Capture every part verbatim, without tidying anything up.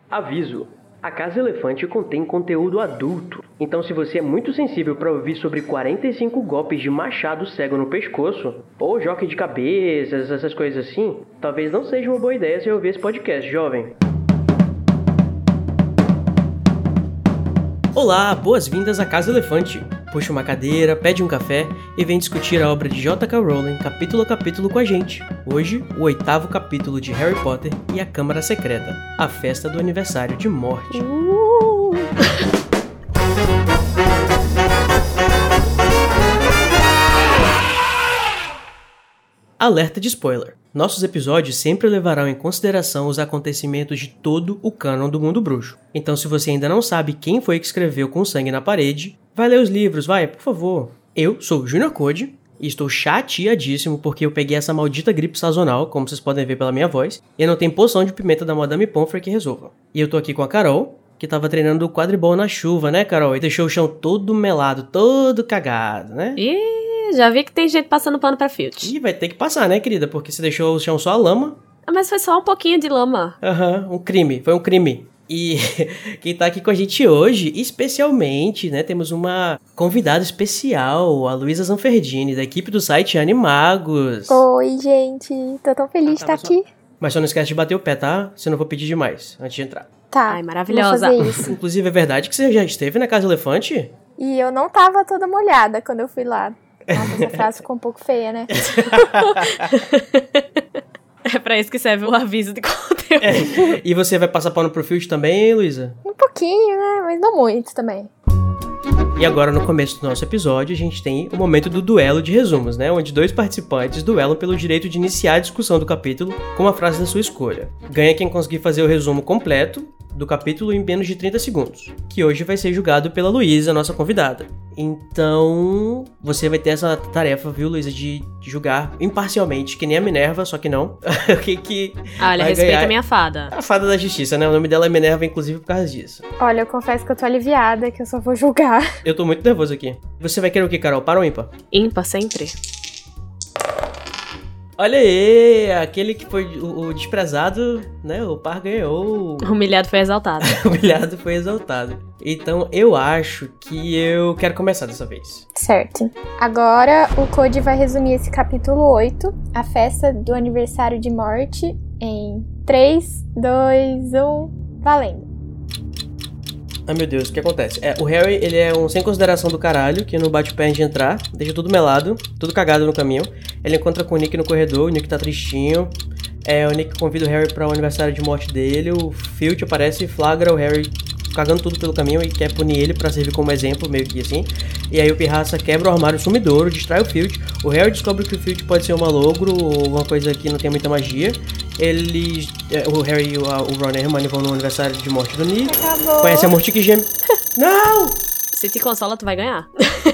Aviso: a Casa Elefante contém conteúdo adulto, então se você é muito sensível para ouvir sobre quarenta e cinco golpes de machado cego no pescoço, ou joque de cabeças, essas coisas assim, talvez não seja uma boa ideia você ouvir esse podcast, jovem. Olá, boas-vindas à Casa Elefante. Puxa uma cadeira, pede um café e vem discutir a obra de J K. Rowling capítulo a capítulo com a gente. Hoje, o oitavo capítulo de Harry Potter e a Câmara Secreta, a festa do aniversário de morte. Uh! Alerta de spoiler. Nossos episódios sempre levarão em consideração os acontecimentos de todo o cânon do mundo bruxo. Então, se você ainda não sabe quem foi que escreveu Com Sangue na Parede, vai ler os livros, vai, por favor. Eu sou o Junior Code e estou chateadíssimo porque eu peguei essa maldita gripe sazonal, como vocês podem ver pela minha voz, e não tem poção de pimenta da Madame Pomfrey que resolva. E eu tô aqui com a Carol, que tava treinando o quadribol na chuva, né, Carol? E deixou o chão todo melado, todo cagado, né? Ih! Já vi que tem gente passando pano pra Filch. Ih, vai ter que passar, né, querida? Porque você deixou o chão só a lama. Ah, mas foi só um pouquinho de lama. Aham, uhum, um crime. Foi um crime. E quem tá aqui com a gente hoje, especialmente, né, temos uma convidada especial, a Luísa Zanferdini, da equipe do site Animagos. Oi, gente. Tô tão feliz de estar só... aqui. Mas só não esquece de bater o pé, tá? Senão eu vou pedir demais, antes de entrar. Tá. Ai, maravilhosa. Vou fazer isso. Inclusive, é verdade que você já esteve na Casa Elefante? E eu não tava toda molhada quando eu fui lá. Nossa, essa frase ficou um pouco feia, né? É pra isso que serve o aviso de conteúdo. É. E você vai passar pano pro Filch também, Luísa? Um pouquinho, né? Mas não muito também. E agora, no começo do nosso episódio, a gente tem o momento do duelo de resumos, né? Onde dois participantes duelam pelo direito de iniciar a discussão do capítulo com uma frase da sua escolha. Ganha quem conseguir fazer o resumo completo do capítulo em menos de trinta segundos, que hoje vai ser julgado pela Luísa, nossa convidada. Então, você vai ter essa tarefa, viu, Luísa, de, de julgar imparcialmente, que nem a Minerva, só que não. que, que Olha, respeita a minha fada. A fada da justiça, né? O nome dela é Minerva, inclusive, por causa disso. Olha, eu confesso que eu tô aliviada, que eu só vou julgar. Eu tô muito nervoso aqui. Você vai querer o que, Carol? Para ou ímpar? Ímpar, sempre. Olha aí, aquele que foi o, o desprezado, né, o par ganhou. O humilhado foi exaltado. O humilhado foi exaltado. Então, eu acho que eu quero começar dessa vez. Certo. Agora, o Code vai resumir esse capítulo oito, a festa do aniversário de morte, em três, dois, um, valendo. Ai, meu Deus, o que acontece? É, o Harry, ele é um sem consideração do caralho, que não bate o pé antes de entrar, deixa tudo melado, tudo cagado no caminho. Ele encontra com o Nick no corredor, o Nick tá tristinho. É, o Nick convida o Harry para o aniversário de morte dele, o Filch aparece e flagra o Harry cagando tudo pelo caminho e quer punir ele pra servir como exemplo, meio que assim. E aí o Pirraça quebra o armário sumidouro, distrai o Filch. O Harry descobre que o Filch pode ser uma logro ou uma coisa que não tem muita magia. Eles, o Harry e o, o Ron e a Hermione vão no aniversário de morte do Nick. Acabou. Conhece a Mortica e geme. Não! Se te consola, tu vai ganhar.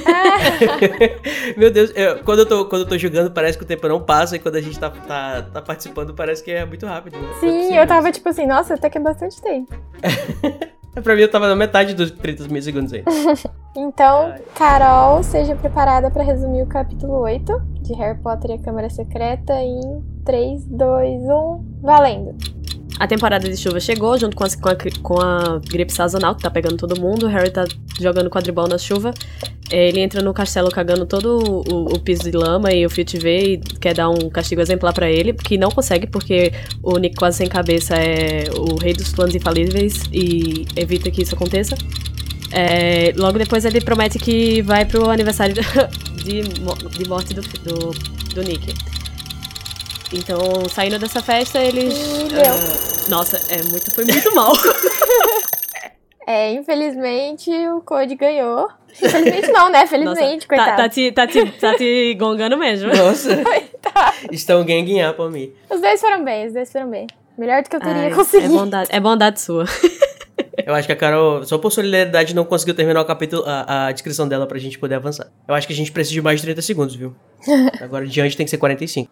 Meu Deus, eu, quando, eu tô, quando eu tô jogando parece que o tempo não passa. E quando a gente tá, tá, tá participando parece que é muito rápido, né? Sim, eu tava tipo assim, nossa, até que é bastante tempo. Pra mim eu tava na metade dos trinta mil segundos aí. Então, Carol, seja preparada pra resumir o capítulo oito de Harry Potter e a Câmara Secreta em três, dois, um, valendo. A temporada de chuva chegou, junto com a, com, a, com a gripe sazonal, que tá pegando todo mundo. O Harry tá jogando quadribol na chuva. Ele entra no castelo cagando todo o, o piso de lama e o Filch vê e quer dar um castigo exemplar pra ele, que não consegue, porque o Nick quase sem cabeça é o rei dos planos infalíveis e evita que isso aconteça. É, logo depois ele promete que vai pro aniversário de, de morte do, do, do Nick. Então, saindo dessa festa, eles... Uh, nossa, é muito, foi muito mal. É, infelizmente, o Code ganhou. Infelizmente não, né? Felizmente, nossa, coitado. Tá, tá, te, tá, te, tá te gongando mesmo. Nossa. Coitado. Estão ganging up pra mim. Os dois foram bem, os dois foram bem. Melhor do que eu teria Ai, conseguido. É bondade, é bondade sua. Eu acho que a Carol, só por solidariedade, não conseguiu terminar o capítulo, a, a descrição dela pra gente poder avançar. Eu acho que a gente precisa de mais de trinta segundos, viu? Agora de diante tem que ser quarenta e cinco.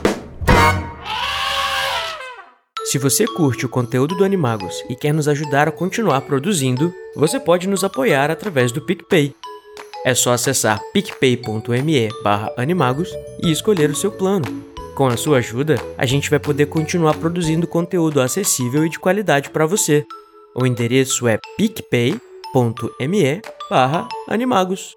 Se você curte o conteúdo do Animagos e quer nos ajudar a continuar produzindo, você pode nos apoiar através do PicPay. É só acessar picpay.me barra animagos e escolher o seu plano. Com a sua ajuda, a gente vai poder continuar produzindo conteúdo acessível e de qualidade para você. O endereço é picpay.me barra animagos.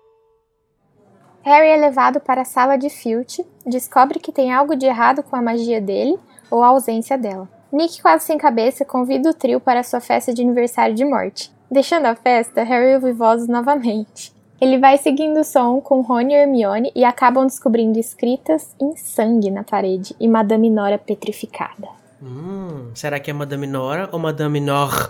Harry é levado para a sala de Filch, descobre que tem algo de errado com a magia dele ou a ausência dela. Nick, quase sem cabeça, convida o trio para sua festa de aniversário de morte. Deixando a festa, Harry ouve vozes novamente. Ele vai seguindo o som com Rony e Hermione e acabam descobrindo escritas em sangue na parede e Madame Nora petrificada. Hum, será que é Madame Nora ou Madame Nora?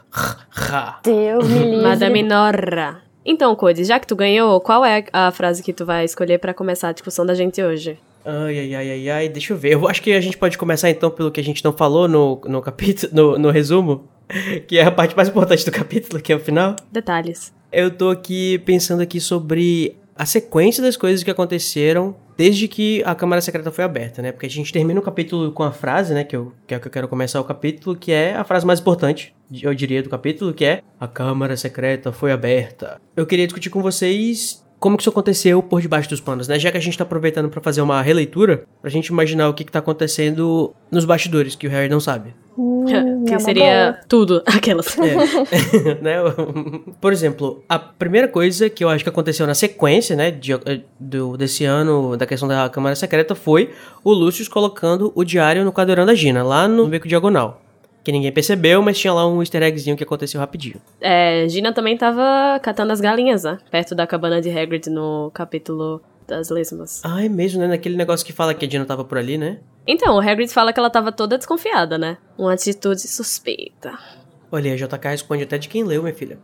Deus me livre. Madame Nora. Então, Cody, já que tu ganhou, qual é a frase que tu vai escolher pra começar a discussão da gente hoje? Ai, ai, ai, ai, ai, deixa eu ver. Eu acho que a gente pode começar então pelo que a gente não falou no, no capítulo, no, no resumo, que é a parte mais importante do capítulo, que é o final. Detalhes. Eu tô aqui pensando aqui sobre a sequência das coisas que aconteceram desde que a Câmara Secreta foi aberta, né? Porque a gente termina o capítulo com a frase, né? Que, eu, que é que eu quero começar o capítulo, que é a frase mais importante, eu diria, do capítulo, que é a Câmara Secreta foi aberta. Eu queria discutir com vocês como que isso aconteceu por debaixo dos panos, né? Já que a gente tá aproveitando pra fazer uma releitura, pra gente imaginar o que que tá acontecendo nos bastidores, que o Harry não sabe. Hum, que é seria boa. tudo, aquelas. É. Né? Por exemplo, a primeira coisa que eu acho que aconteceu na sequência, né, de, do, desse ano, da questão da Câmara Secreta, foi o Lucius colocando o diário no cadeirão da Gina, lá no beco diagonal. Que ninguém percebeu, mas tinha lá um easter eggzinho que aconteceu rapidinho. É, Gina também tava catando as galinhas, né? Perto da cabana de Hagrid no capítulo das lesmas. Ah, é mesmo, né? Naquele negócio que fala que a Gina tava por ali, né? Então, o Hagrid fala que ela tava toda desconfiada, né? Uma atitude suspeita. Olha, a J K responde até de quem leu, minha filha.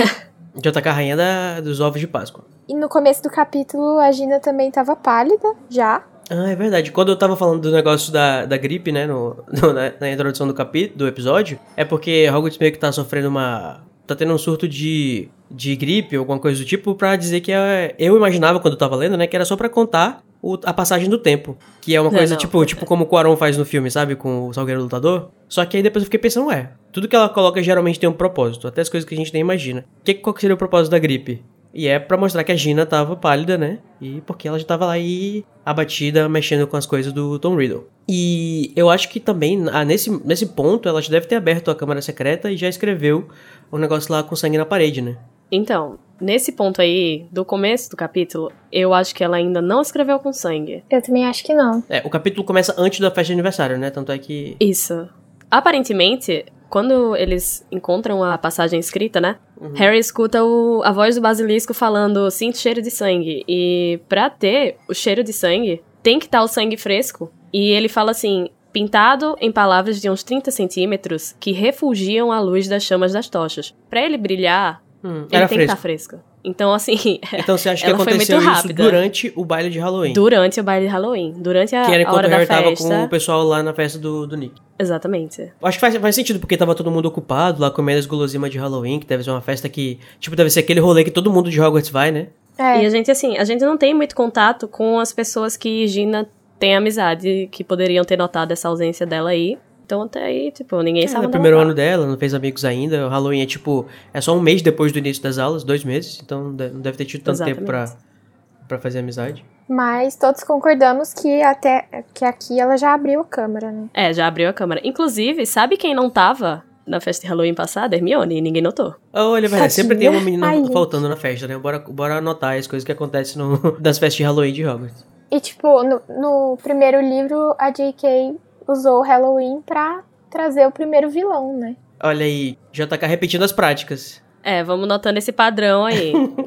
J K, rainha da, dos ovos de Páscoa. E no começo do capítulo, a Gina também tava pálida, já. Ah, é verdade. Quando eu tava falando do negócio da, da gripe, né, no, no, na, na introdução do capítulo, do episódio, é porque Hogwarts meio que tá sofrendo uma... tá tendo um surto de, de gripe ou alguma coisa do tipo, pra dizer que é, eu imaginava quando eu tava lendo, né, que era só pra contar o, a passagem do tempo. Que é uma coisa não, tipo, não. tipo como o Quaron faz no filme, sabe, com o Salgueiro Lutador. Só que aí depois eu fiquei pensando, ué, tudo que ela coloca geralmente tem um propósito, até as coisas que a gente nem imagina. Que, qual que seria o propósito da gripe? E é pra mostrar que a Gina tava pálida, né? E porque ela já tava lá aí abatida, mexendo com as coisas do Tom Riddle. E eu acho que também, ah, nesse, nesse ponto, ela já deve ter aberto a Câmara Secreta e já escreveu o negócio lá com sangue na parede, né? Então, nesse ponto aí, do começo do capítulo, eu acho que ela ainda não escreveu com sangue. Eu também acho que não. É, o capítulo começa antes da festa de aniversário, né? Tanto é que... Isso. Aparentemente, quando eles encontram a passagem escrita, né? Uhum. Harry escuta o, a voz do basilisco falando, sinto cheiro de sangue. E pra ter o cheiro de sangue, tem que estar o sangue fresco. E ele fala assim, pintado em palavras de uns trinta centímetros que refugiam a luz das chamas das tochas. Pra ele brilhar, hum, ele tem que estar fresco. Então, assim, então você acha que ela foi aconteceu muito isso rápida. durante o baile de Halloween? Durante o baile de Halloween. Durante a, que era a hora enquanto o da Harry festa. tava com o pessoal lá na festa do, do Nick. Exatamente. Acho que faz, faz sentido, porque tava todo mundo ocupado lá comendo as guloseimas de Halloween, que deve ser uma festa que... Tipo, deve ser aquele rolê que todo mundo de Hogwarts vai, né? É. E a gente, assim, a gente não tem muito contato com as pessoas que Gina tem amizade, que poderiam ter notado essa ausência dela aí. Então, até aí, tipo, ninguém É, sabe no onde primeiro ela tá. ano dela, não fez amigos ainda. O Halloween é tipo... É só um mês depois do início das aulas, dois meses. Então não deve ter tido tanto Exatamente. tempo pra, pra fazer amizade. Mas todos concordamos que até que aqui ela já abriu a câmera, né? É, já abriu a câmera. Inclusive, sabe quem não tava na festa de Halloween passada? Hermione, e ninguém notou. Olha, velho, sempre tem uma menina Ai, faltando na festa, né? Bora, bora anotar as coisas que acontecem no, nas festas de Halloween de Hogwarts. E, tipo, no, no primeiro livro, a J K usou o Halloween pra trazer o primeiro vilão, né? Olha aí, já tá cá repetindo as práticas. É, vamos notando esse padrão aí.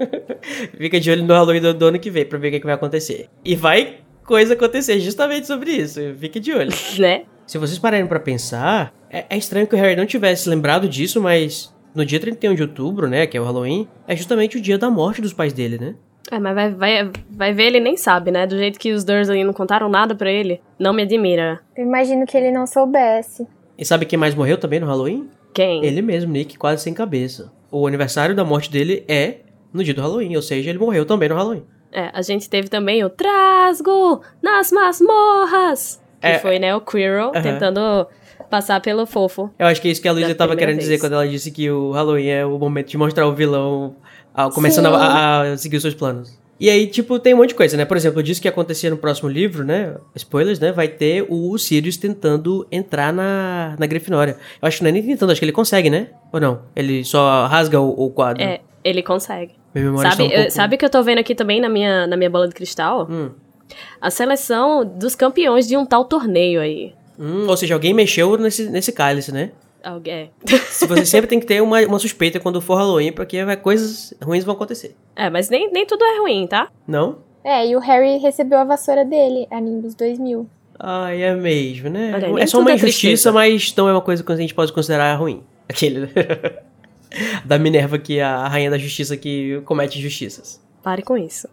Fica de olho no Halloween do, do ano que vem pra ver o que, que vai acontecer. E vai coisa acontecer justamente sobre isso. Fique de olho. Né? Se vocês pararem pra pensar, é, é estranho que o Harry não tivesse lembrado disso, mas no dia trinta e um de outubro, né, que é o Halloween, é justamente o dia da morte dos pais dele, né? É, mas vai, vai, vai ver, ele nem sabe, né? Do jeito que os Dursley não contaram nada pra ele, não me admira. Eu imagino que ele não soubesse. E sabe quem mais morreu também no Halloween? Quem? Ele mesmo, Nick, quase sem cabeça. O aniversário da morte dele é no dia do Halloween, ou seja, ele morreu também no Halloween. É, a gente teve também o Trasgo nas masmorras, que É, foi, né, o Quirrell uh-huh. tentando passar pelo fofo. Eu acho que é isso que a Luísa Da tava primeira querendo vez. dizer quando ela disse que o Halloween é o momento de mostrar o vilão ah, começando a, a seguir os seus planos. E aí, tipo, tem um monte de coisa, né? Por exemplo, eu disse que ia acontecer no próximo livro, né? Spoilers, né? Vai ter o Sirius tentando entrar na, na Grifinória. Eu acho que não é nem tentando, acho que ele consegue, né? Ou não? Ele só rasga o, o quadro. É, ele consegue. Minha memória Sabe, está um pouco... sabe o que eu tô vendo aqui também na minha, na minha bola de cristal? Hum. A seleção dos campeões de um tal torneio aí. Hum, ou seja, alguém mexeu nesse, nesse cálice, né? Alguém. Se você sempre tem que ter uma, uma suspeita quando for Halloween, porque vai, coisas ruins vão acontecer. É, mas nem, nem tudo é ruim, tá? Não? É, e o Harry recebeu a vassoura dele, a Nimbus dois mil. Ai, é mesmo, né? Olha, é nem só tudo uma é injustiça, tristeza. mas não é uma coisa que a gente pode considerar ruim. Aquele... da Minerva, que é a rainha da justiça que comete injustiças. Pare com isso.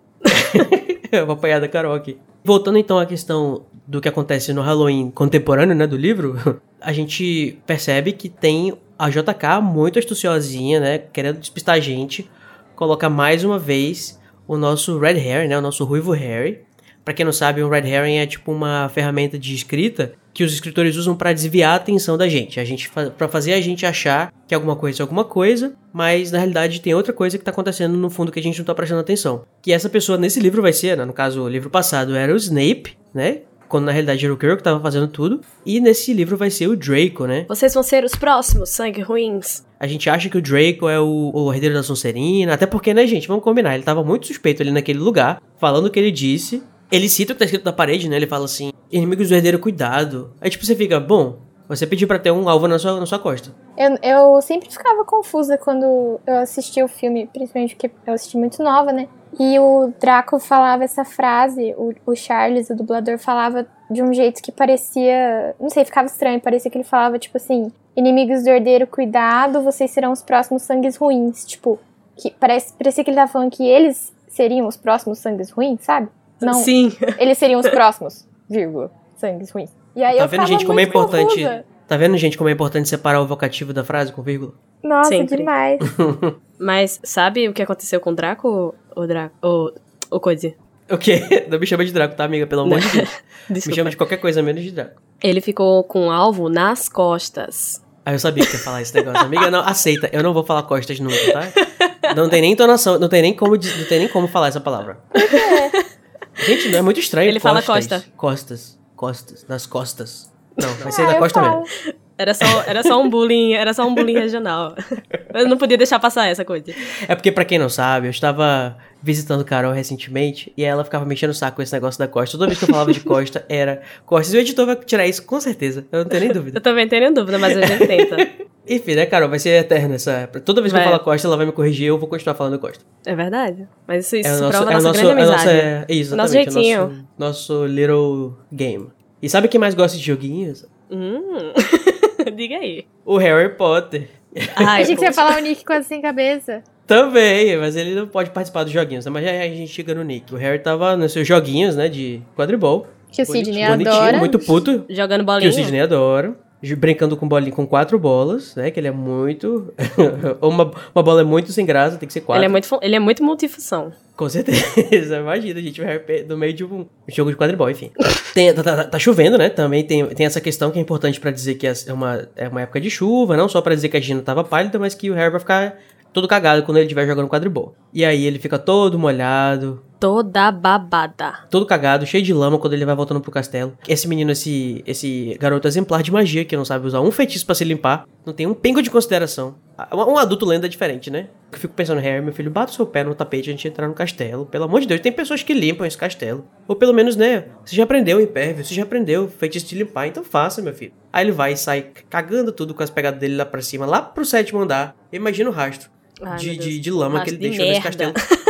Eu vou apanhar da Carol aqui. Voltando então à questão do que acontece no Halloween contemporâneo, né, do livro, a gente percebe que tem a J K muito astuciosinha, né, querendo despistar a gente, coloca mais uma vez o nosso Red Herring, né, o nosso ruivo Harry. Pra quem não sabe, um Red Herring é tipo uma ferramenta de escrita que os escritores usam pra desviar a atenção da gente, a gente para fazer a gente achar que alguma coisa é alguma coisa, mas na realidade tem outra coisa que tá acontecendo no fundo que a gente não tá prestando atenção. Que essa pessoa nesse livro vai ser, né, no caso o livro passado era o Snape, né, quando na realidade era o Quirrell que tava fazendo tudo, e nesse livro vai ser o Draco, né. Vocês vão ser os próximos sangue ruins. A gente acha que o Draco é o, o herdeiro da Sonserina, até porque, né, gente, vamos combinar, ele tava muito suspeito ali naquele lugar, falando o que ele disse. Ele cita o que tá escrito na parede, né? Ele fala assim, inimigos do herdeiro, cuidado. Aí, tipo, você fica, bom, você pediu pra ter um alvo na sua, na sua costa. Eu, eu sempre ficava confusa quando eu assistia o filme, principalmente porque eu assisti muito nova, né? E o Draco falava essa frase, o, o Charles, o dublador, falava de um jeito que parecia... Não sei, ficava estranho, parecia que ele falava, tipo assim, inimigos do herdeiro, cuidado, vocês serão os próximos sangues ruins. Tipo, que parece, parecia que ele tava falando que eles seriam os próximos sangues ruins, sabe? Não, Sim. eles seriam os próximos, vírgula, sangues ruins. E aí Tá eu vendo, ficava gente, como é muito importante... confusa. Tá vendo, gente, como é importante separar o vocativo da frase com vírgula? Nossa, Sempre. demais. Mas sabe o que aconteceu com o Draco? O Draco... O, o coisa. O quê? Não me chama de Draco, tá, amiga? Pelo amor de Deus. Me Desculpa. chama de qualquer coisa menos de Draco. Ele ficou com o alvo nas costas. Ah, eu sabia que ia falar esse negócio. Amiga, não, aceita. Eu não vou falar costas nunca, tá? Não tem nem entonação, não tem nem como, não tem nem como falar essa palavra. Gente, não é muito estranho. Ele fala costas. costa. Costas. Costas. Nas costas. Não, vai ser Ah, da eu costa falo. mesmo. Era só, era só um bullying, era só um bullying regional. Eu não podia deixar passar essa coisa. É porque, pra quem não sabe, eu estava visitando Carol recentemente e ela ficava mexendo o saco com esse negócio da costa. Toda vez que eu falava de costa, era costas. E o editor vai tirar isso com certeza. Eu não tenho nem dúvida. Eu também tenho dúvida, mas a gente tenta. Enfim, né, Carol? Vai ser eterno essa... Toda vez que Vai. eu falar costa, ela vai me corrigir e eu vou continuar falando costa. É verdade. Mas isso, isso É o nosso, prova é a o nossa nosso, grande é o nosso, amizade. é, isso, O nosso exatamente, jeitinho. o nosso, nosso little game. E sabe quem mais gosta de joguinhos? Hum. Diga aí. O Harry Potter. Ai, Achei que você ia poxa. falar o Nick quase sem cabeça. Também, mas ele não pode participar dos joguinhos, né? Mas já a gente chega no Nick. O Harry tava nos seus joguinhos, né, de quadribol. Que o Sidney Bonitinho, adora. muito puto. Jogando Que bolinha. o Sidney adora. Ju- Brincando com bolinha com quatro bolas, né? Que ele é muito... uma, uma bola é muito sem graça, tem que ser quatro. Ele é muito, fu- ele é muito multifunção. Com certeza, imagina, gente, o Harry Potter no meio de um jogo de quadribol, enfim. Tem, tá, tá- tá chovendo, né? Também tem, tem essa questão que é importante pra dizer que é uma, é uma época de chuva, não só pra dizer que a Gina tava pálida, mas que o Harry vai ficar todo cagado quando ele estiver jogando quadribol. E aí ele fica todo molhado, Toda babada. todo cagado, cheio de lama quando ele vai voltando pro castelo. Esse menino, esse, esse garoto exemplar de magia, que não sabe usar um feitiço pra se limpar, não tem um pingo de consideração. Um, um adulto lendo é diferente, né? Eu fico pensando, Harry, meu filho, bata o seu pé no tapete a gente entrar no castelo. Pelo amor de Deus, tem pessoas que limpam esse castelo. Ou pelo menos, né, você já aprendeu impérvio, você já aprendeu feitiço de limpar, então faça, meu filho. Aí ele vai e sai cagando tudo com as pegadas dele lá pra cima, lá pro sétimo andar. Imagina o rastro Ai, de, meu Deus. de, de lama Rastro que ele de deixou nesse merda. castelo.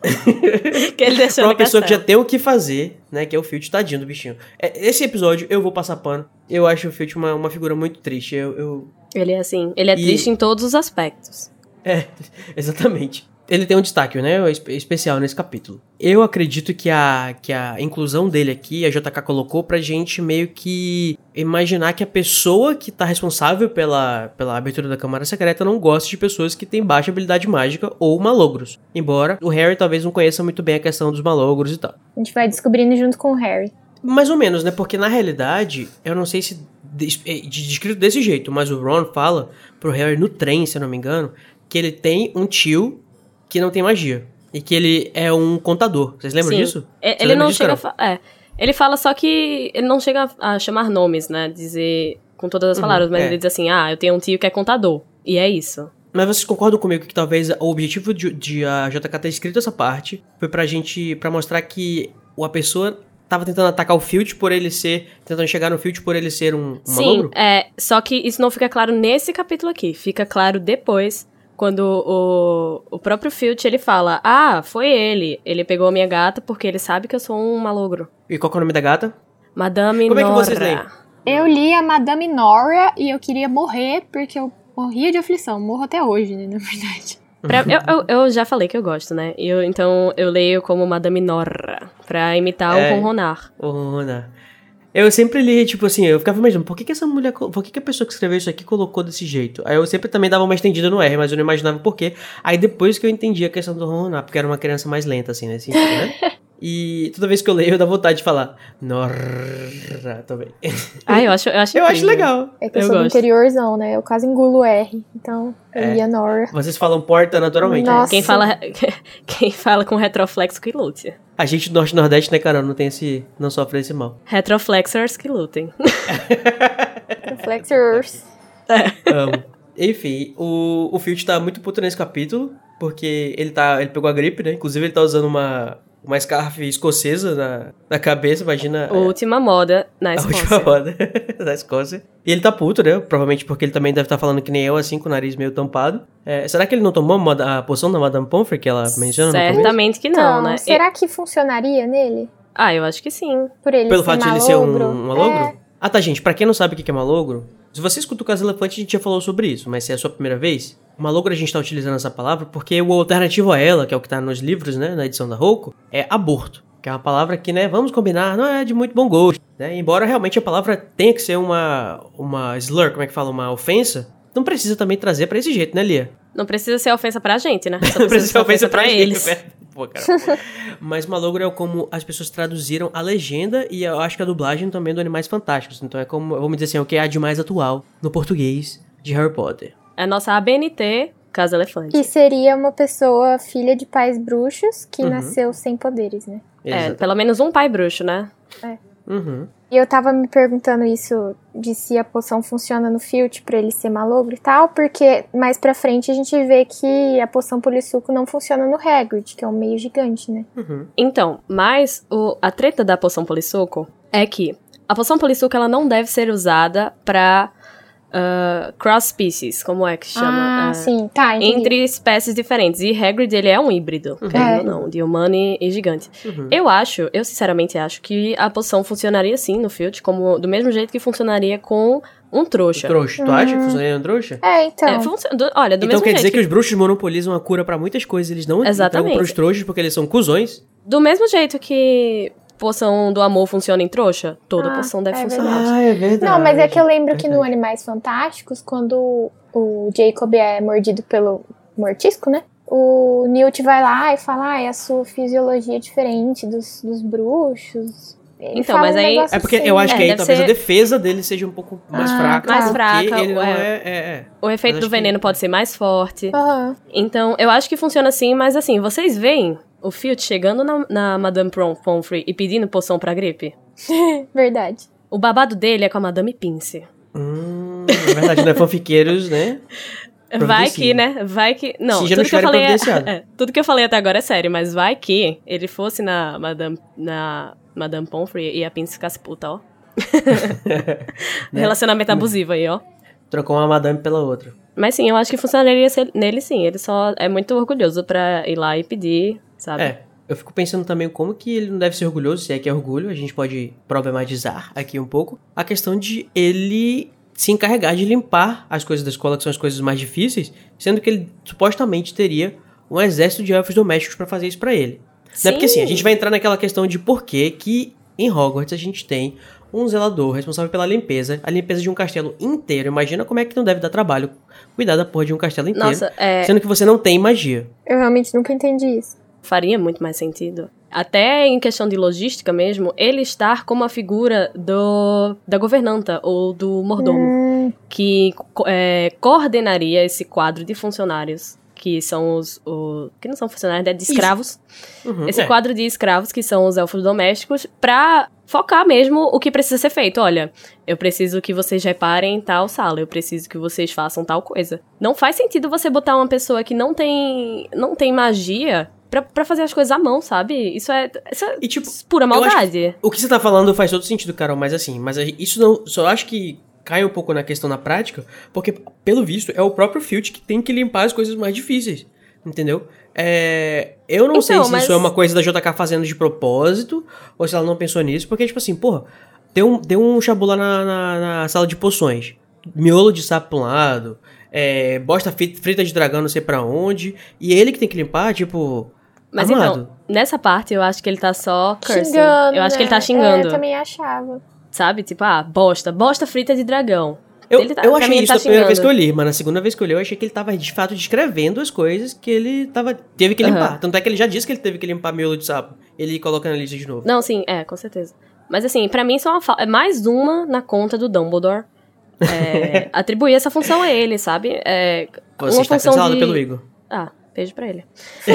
Que ele deixou Pra uma no pessoa que já castelo. tem o que fazer, né? Que é o Filch, tadinho do bichinho. É, esse episódio eu vou passar pano. Eu acho o Filch uma, uma figura muito triste. Eu, eu- Ele é assim, ele é E- triste em todos os aspectos. É, exatamente. Ele tem um destaque, né? espe- Especial nesse capítulo. Eu acredito que a, que a inclusão dele aqui, a J K colocou pra gente meio que imaginar que a pessoa que tá responsável pela, pela abertura da Câmara Secreta não gosta de pessoas que têm baixa habilidade mágica ou malogros. Embora o Harry talvez não conheça muito bem a questão dos malogros e tal. A gente vai descobrindo junto com o Harry. Mais ou menos, né? Porque na realidade, eu não sei se des- é, de- descrito desse jeito, mas o Ron fala pro Harry no trem, se eu não me engano, que ele tem um tio que não tem magia. E que ele é um contador. Vocês lembram Sim. disso? É, Você ele lembra não disso, chega a Carol? fa- é, ele fala só que ele não chega a chamar nomes, né? Dizer com todas as Uhum, palavras, mas é. ele diz assim: ah, eu tenho um tio que é contador. E é isso. Mas vocês concordam comigo que talvez o objetivo de, de a J K ter escrito essa parte foi pra gente, pra mostrar que a pessoa tava tentando atacar o Filch por ele ser, tentando chegar no Filch por ele ser um, um Sim, malogro? é, só que isso não fica claro nesse capítulo aqui. Fica claro depois, quando o, o próprio Filch, ele fala: ah, foi ele. Ele pegou a minha gata porque ele sabe que eu sou um malogro. E qual que é o nome da gata? Madame Como é que Nora. vocês leem? Eu li a Madame Nora e eu queria morrer porque eu morria de aflição. Morro até hoje, né, na verdade. Pra- eu, eu, eu já falei que eu gosto, né? Eu, então eu leio como Madame Nora, pra imitar É. o ronronar. Ô, Rona. Eu sempre li, tipo assim, eu ficava imaginando, por que que essa mulher, co- por que que a pessoa que escreveu isso aqui colocou desse jeito? Aí eu sempre também dava uma estendida no R, mas eu não imaginava por quê. Aí depois que eu entendi a questão do ronronar, porque era uma criança mais lenta, assim, nesse sentido, né? E toda vez que eu leio, eu dá vontade de falar Norra também. Ah, eu acho Eu acho, Eu acho incrível. legal. É que eu, Eu sou do gosto. interiorzão, né? Eu quase engulo R. Então, eu É. li a Nora. Vocês falam porta naturalmente. né? Nossa. Quem fala, quem fala com retroflexo que lute. A gente do Norte e Nordeste, né, Carol, não tem esse, não sofre esse mal. Retroflexers que lutem. Reflexors. Amo. Enfim, o, o Filch tá muito puto nesse capítulo, porque ele tá. Ele pegou a gripe, né? Inclusive ele tá usando uma, uma scarf escocesa na, na cabeça, imagina. Última moda na a Escócia. última roda da Escócia. E ele tá puto, né? Provavelmente porque ele também deve estar falando que nem eu, assim, com o nariz meio tampado. É, será que ele não tomou a, moda- a poção da Madame Pomfrey que ela menciona no começo? Certamente que não, Então, né? será que funcionaria nele? Ah, eu acho que sim. Por ele Pelo ser fato de ele ser um, malogro? um malogro? É. Ah, tá, gente. Pra quem não sabe o que é malogro, se você escuta o Caso Elefante, a gente já falou sobre isso, mas se é a sua primeira vez, malogro a gente tá utilizando essa palavra porque o alternativo a ela, que é o que tá nos livros, né, na edição da Roku, é aborto. Que é uma palavra que, né, vamos combinar, não é de muito bom gosto, né? Embora realmente a palavra tenha que ser uma, uma slur, como é que fala, uma ofensa, não precisa também trazer pra esse jeito, né, Lia? Não precisa ser ofensa pra gente, né? Só Não precisa ser ofensa pra eles. eles. Pô, cara. Mas malogro é como as pessoas traduziram a legenda e eu acho que a dublagem também do Animais Fantásticos. Então é como, vamos dizer assim, o que há de mais atual no português de Harry Potter. É a nossa A B N T, Casa Elefante. Que seria uma pessoa filha de pais bruxos que Uhum. nasceu sem poderes, né? É, Exato. pelo menos um pai bruxo, né? Uhum. E eu tava me perguntando isso de se a poção funciona no Filch pra ele ser malogro e tal, porque mais pra frente a gente vê que a poção polissuco não funciona no Hagrid, que é um meio gigante, né? Uhum. Então, mas o, a treta da poção polissuco é que a poção polissuco ela não deve ser usada pra uh, cross species, como é que chama? Ah, Ah, sim, tá, entendi. entre espécies diferentes. E Hagrid, ele é um híbrido, querendo ou não, de humano e, e gigante. Uhum. Eu acho, eu sinceramente acho que a poção funcionaria sim no Filch, como do mesmo jeito que funcionaria com um trouxa. Trouxa, tu acha que funcionaria no trouxa? É, então. É, func- do- olha, do Então mesmo quer jeito dizer que... os bruxos monopolizam a cura pra muitas coisas, eles não Exatamente. entregam pros trouxas porque eles são cuzões. Do mesmo jeito que poção do amor funciona em trouxa, toda Ah, poção deve é funcionar. é verdade. Não, mas é que eu lembro que no Animais Fantásticos, quando o Jacob é mordido pelo mortisco, né? O Newt vai lá e fala, ah, a sua fisiologia é diferente dos, dos bruxos. Ele Então, fala mas um aí- negócio É porque assim. eu acho É, que aí deve talvez ser- a defesa dele seja um pouco mais Ah, fraca. mais porque fraca, ele não é. é... é, é. O efeito Mas do acho que- veneno pode ser mais forte. Aham. Então, eu acho que funciona assim, mas assim, vocês veem o Filch chegando na, na Madame Pom- Pomfrey e pedindo poção pra gripe? Verdade. O babado dele é com a Madame Pince. Hum, na verdade, não é fanfiqueiros, né? Vai Providencia. que, né? Vai que. Não, Se já não tudo que, eu estiverem falei é, providenciado. é, tudo que eu falei até agora é sério, mas vai que ele fosse na Madame, na Madame Pomfrey e a Pince ficasse puta, ó. Né? Relacionamento abusivo aí, ó. Trocou uma madame pela outra. Mas sim, eu acho que funcionaria se- nele sim. Ele só é muito orgulhoso pra ir lá e pedir, sabe? É, eu fico pensando também como que ele não deve ser orgulhoso, se é que é orgulho, a gente pode problematizar aqui um pouco, a questão de ele se encarregar de limpar as coisas da escola, que são as coisas mais difíceis, sendo que ele supostamente teria um exército de elfos domésticos pra fazer isso pra ele. Não é porque assim, a gente vai entrar naquela questão de por que que em Hogwarts a gente tem um zelador responsável pela limpeza, a limpeza de um castelo inteiro. Imagina como é que não deve dar trabalho cuidar da porra de um castelo inteiro, Nossa, é, sendo que você não tem magia. Eu realmente nunca entendi isso. faria muito mais sentido. Até em questão de logística mesmo, ele estar como a figura do, da governanta ou do mordomo, Hum, que co- é, coordenaria esse quadro de funcionários que são os, os... que não são funcionários, né? De escravos. Uhum, Esse é. quadro de escravos, que são os elfos domésticos, pra focar mesmo o que precisa ser feito. Olha, eu preciso que vocês reparem tal sala, eu preciso que vocês façam tal coisa. Não faz sentido você botar uma pessoa que não tem, não tem magia pra, pra fazer as coisas à mão, sabe? Isso é, isso é E, tipo, pura eu acho maldade. O que você tá falando faz todo sentido, Carol, mas assim, mas isso não, só acho que cai um pouco na questão na prática, porque, pelo visto, é o próprio Filch que tem que limpar as coisas mais difíceis, entendeu? É, eu não Então, sei se mas- isso é uma coisa da J K fazendo de propósito, ou se ela não pensou nisso, porque, tipo assim, porra, deu um, deu um chabu lá na, na, na sala de poções, miolo de sapo pra um lado, é, bosta fi- frita de dragão não sei pra onde, e ele que tem que limpar, tipo... Mas amado. então, nessa parte eu acho que ele tá só cursing. Xingando, Eu acho que ele tá né? xingando. É, eu também achava. Sabe? Tipo, ah, bosta, bosta frita de dragão. Eu, Ele tá- eu pra achei mim, ele isso tá da primeira vez que eu xingando. li, mas na segunda vez que eu li, eu achei que ele tava de fato descrevendo as coisas que ele tava, teve que Aham. limpar. Tanto é que ele já disse que ele teve que limpar miolo de sapo. Ele coloca na lista de novo. Não, sim, é, com certeza. Mas assim, pra mim isso é, uma fa- é mais uma na conta do Dumbledore. É, atribuir essa função a ele, sabe? É, Você uma está função cancelado de... pelo Igor. Ah, beijo pra ele.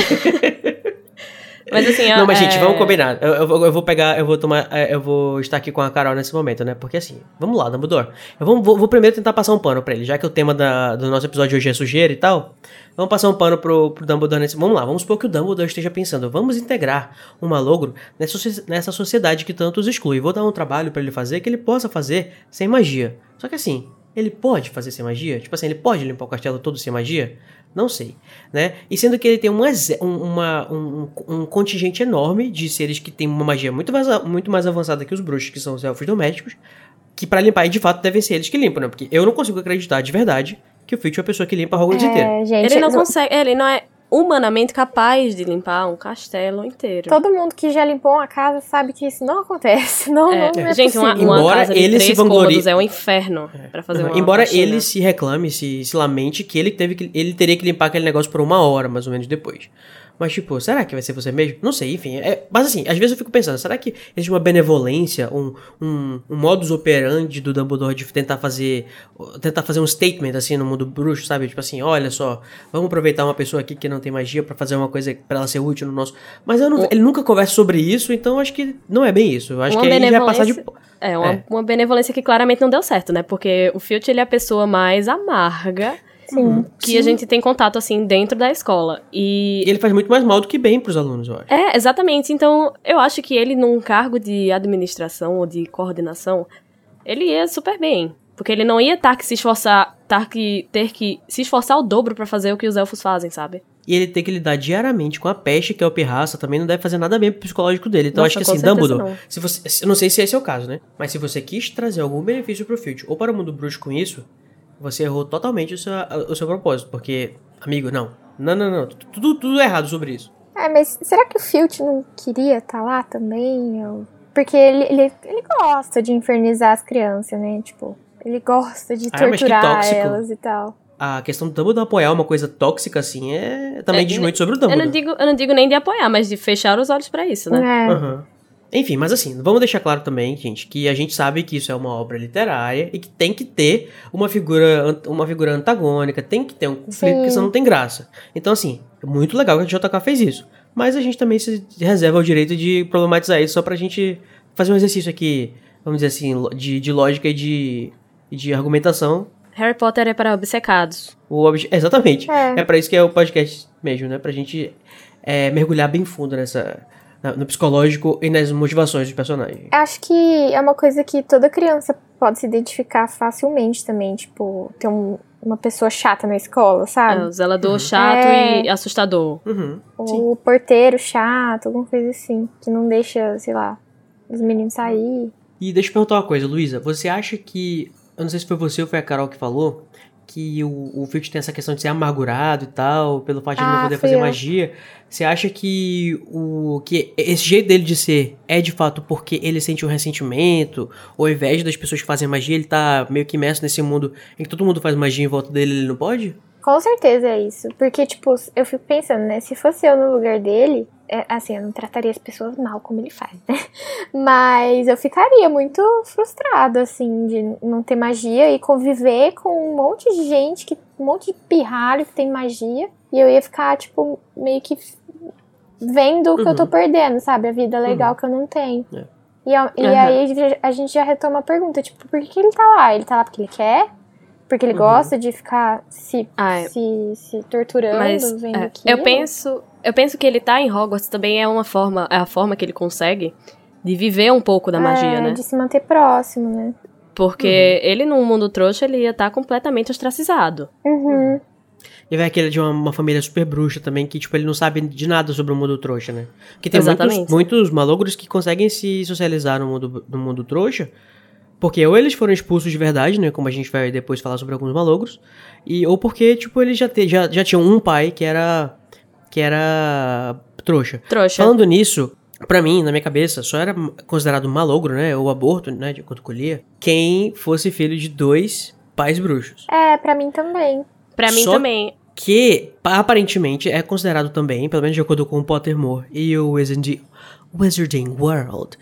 Mas assim, Não, mas é... gente, vamos combinar. Eu, eu vou- eu vou pegar, eu vou tomar, é, eu vou estar aqui com a Carol nesse momento, né? Porque assim, vamos lá, Dumbledore. Eu vou, vou, vou primeiro tentar passar um pano pra ele, já que o tema da- do nosso episódio hoje é sujeira e tal. Vamos passar um pano pro, pro Dumbledore nesse... Vamos lá, vamos supor que o Dumbledore esteja pensando, vamos integrar um malogro nessa, socie- nessa sociedade que tanto os exclui. Vou dar um trabalho pra ele fazer que ele possa fazer sem magia. Só que assim, ele pode fazer sem magia? Tipo assim, ele pode limpar o castelo todo sem magia? Não sei, né? E sendo que ele tem um, exe- um, uma- um, um contingente enorme de seres que tem uma magia muito mais, a- muito mais avançada que os bruxos, que são os elfos domésticos, que pra limpar, e de fato, devem ser eles que limpam, né? Porque eu não consigo acreditar de verdade que o Filch é a pessoa que limpa a Hogwarts inteira. É, gente, Ele não não- consegue, ele não é humanamente capaz de limpar um castelo inteiro. todo mundo que já limpou uma casa sabe que isso não acontece. Não, É, não é gente, uma, possível. uma Embora casa de ele se três vanglorie- cômodos é um inferno pra fazer Uhum. uma Embora faxina. ele se reclame, se, se lamente que ele teve que ele teria que limpar aquele negócio por uma hora, mais ou menos, depois. Mas, tipo, será que vai ser você mesmo? Não sei, enfim. É, mas, assim, às vezes eu fico pensando, será que existe uma benevolência, um, um, um modus operandi do Dumbledore de tentar fazer tentar fazer um statement, assim, no mundo bruxo, sabe? Tipo assim, olha só, vamos aproveitar uma pessoa aqui que não tem magia pra fazer uma coisa pra ela ser útil no nosso... Mas eu não- Um- ele nunca conversa sobre isso, então acho que não é bem isso. Eu acho Uma que aí já é passar de... benevolência- É, uma, É. uma benevolência que claramente não deu certo, né? Porque o Filch, ele é a pessoa mais amarga Sim. que a gente tem contato, assim, dentro da escola. E E ele faz muito mais mal do que bem pros alunos, eu acho. É, exatamente. Então, eu acho que ele, num cargo de administração ou de coordenação, ele ia super bem. Porque ele não ia estar que se esforçar, tar que, ter que se esforçar o dobro pra fazer o que os elfos fazem, sabe? E ele tem que lidar diariamente com a peste, que é o pirraça, também não deve fazer nada bem pro psicológico dele. Então Nossa, acho que com assim, certeza Dumbledore, não. se você, se- eu não sei se esse é o caso, né? Mas se você quis trazer algum benefício pro Filch ou para o mundo bruxo com isso, você errou totalmente o seu, o seu propósito. Porque, amigo, não. Não, não, não. Tudo, tudo é errado sobre isso. É, mas será que o Filch não queria estar lá também? Ou- Porque ele, ele, ele gosta de infernizar as crianças, né? Tipo, ele gosta de Ah, mas que torturar tóxico. elas e tal. A questão do Dumbledore apoiar uma coisa tóxica, assim, é também É, diz muito sobre o Eu Dumbledore. não, digo, eu não digo nem de apoiar, mas de fechar os olhos pra isso, né? É. Aham. Enfim, mas assim, vamos deixar claro também, gente, que a gente sabe que isso é uma obra literária e que tem que ter uma figura, an- uma figura antagônica, tem que ter um conflito, Sim. porque senão não tem graça. Então, assim, é muito legal que a J K fez isso. Mas a gente também se reserva o direito de problematizar isso só pra gente fazer um exercício aqui, vamos dizer assim, lo- de, de lógica e de, e de argumentação. Harry Potter é para obcecados. O obje- Exatamente. É. É pra isso que é o podcast mesmo, né? Pra gente é, mergulhar bem fundo nessa, na- no psicológico e nas motivações dos personagens. Acho que é uma coisa que toda criança pode se identificar facilmente também. Tipo, ter um- uma pessoa chata na escola, É, sabe? o zelador chato É. e assustador. Uhum. Ou o porteiro chato, alguma coisa assim. Que não deixa, sei lá, os meninos sair. E deixa eu perguntar uma coisa, Luísa. Você acha que... Eu não sei se foi você ou foi a Carol que falou que o, o Filch tem essa questão de ser amargurado e tal, pelo fato de ele não Ah, poder fui fazer eu. magia. Você acha que, o, que esse jeito dele de ser é de fato porque ele sente um ressentimento? Ou ao invés das pessoas que fazem magia, ele tá meio que imerso nesse mundo em que todo mundo faz magia em volta dele e ele não pode? Com certeza é isso. Porque, tipo, eu fico pensando, né? Se fosse eu no lugar dele, é, assim, eu não trataria as pessoas mal como ele faz, né? Mas eu ficaria muito frustrada, assim, de não ter magia e conviver com um monte de gente, que, um monte de pirralho que tem magia. E eu ia ficar, tipo, meio que vendo o que Uhum. eu tô perdendo, sabe? A vida legal Uhum. que eu não tenho. É. E, e Uhum. aí a gente já retoma a pergunta, tipo, por que, que ele tá lá? Ele tá lá porque ele quer? Porque ele Uhum. gosta de ficar se, Ah, é. se, se torturando, Mas vendo é, aquilo? eu penso, eu penso que ele tá em Hogwarts também é uma forma, é a forma que ele consegue de viver um pouco da magia, é, né? de se manter próximo, né? Porque Uhum. ele num mundo trouxa ele ia estar completamente ostracizado. Uhum. E vai aquele de uma, uma família super bruxa também, que, tipo, ele não sabe de nada sobre o mundo trouxa, né? Porque tem muitos, Exatamente. muitos malogros que conseguem se socializar no mundo, no mundo trouxa, porque ou eles foram expulsos de verdade, né? Como a gente vai depois falar sobre alguns malogros, e, ou porque, tipo, eles já, te, já, já tinham um pai que era, que era trouxa. Trouxa. Falando nisso, pra mim, na minha cabeça, só era considerado malogro, né? Ou aborto, né? De acordo com o Lia, quem fosse filho de dois pais bruxos. É, pra mim também. Pra mim Só também. Que, aparentemente, é considerado também, pelo menos de acordo com o Pottermore e o Wizarding, Wizarding World,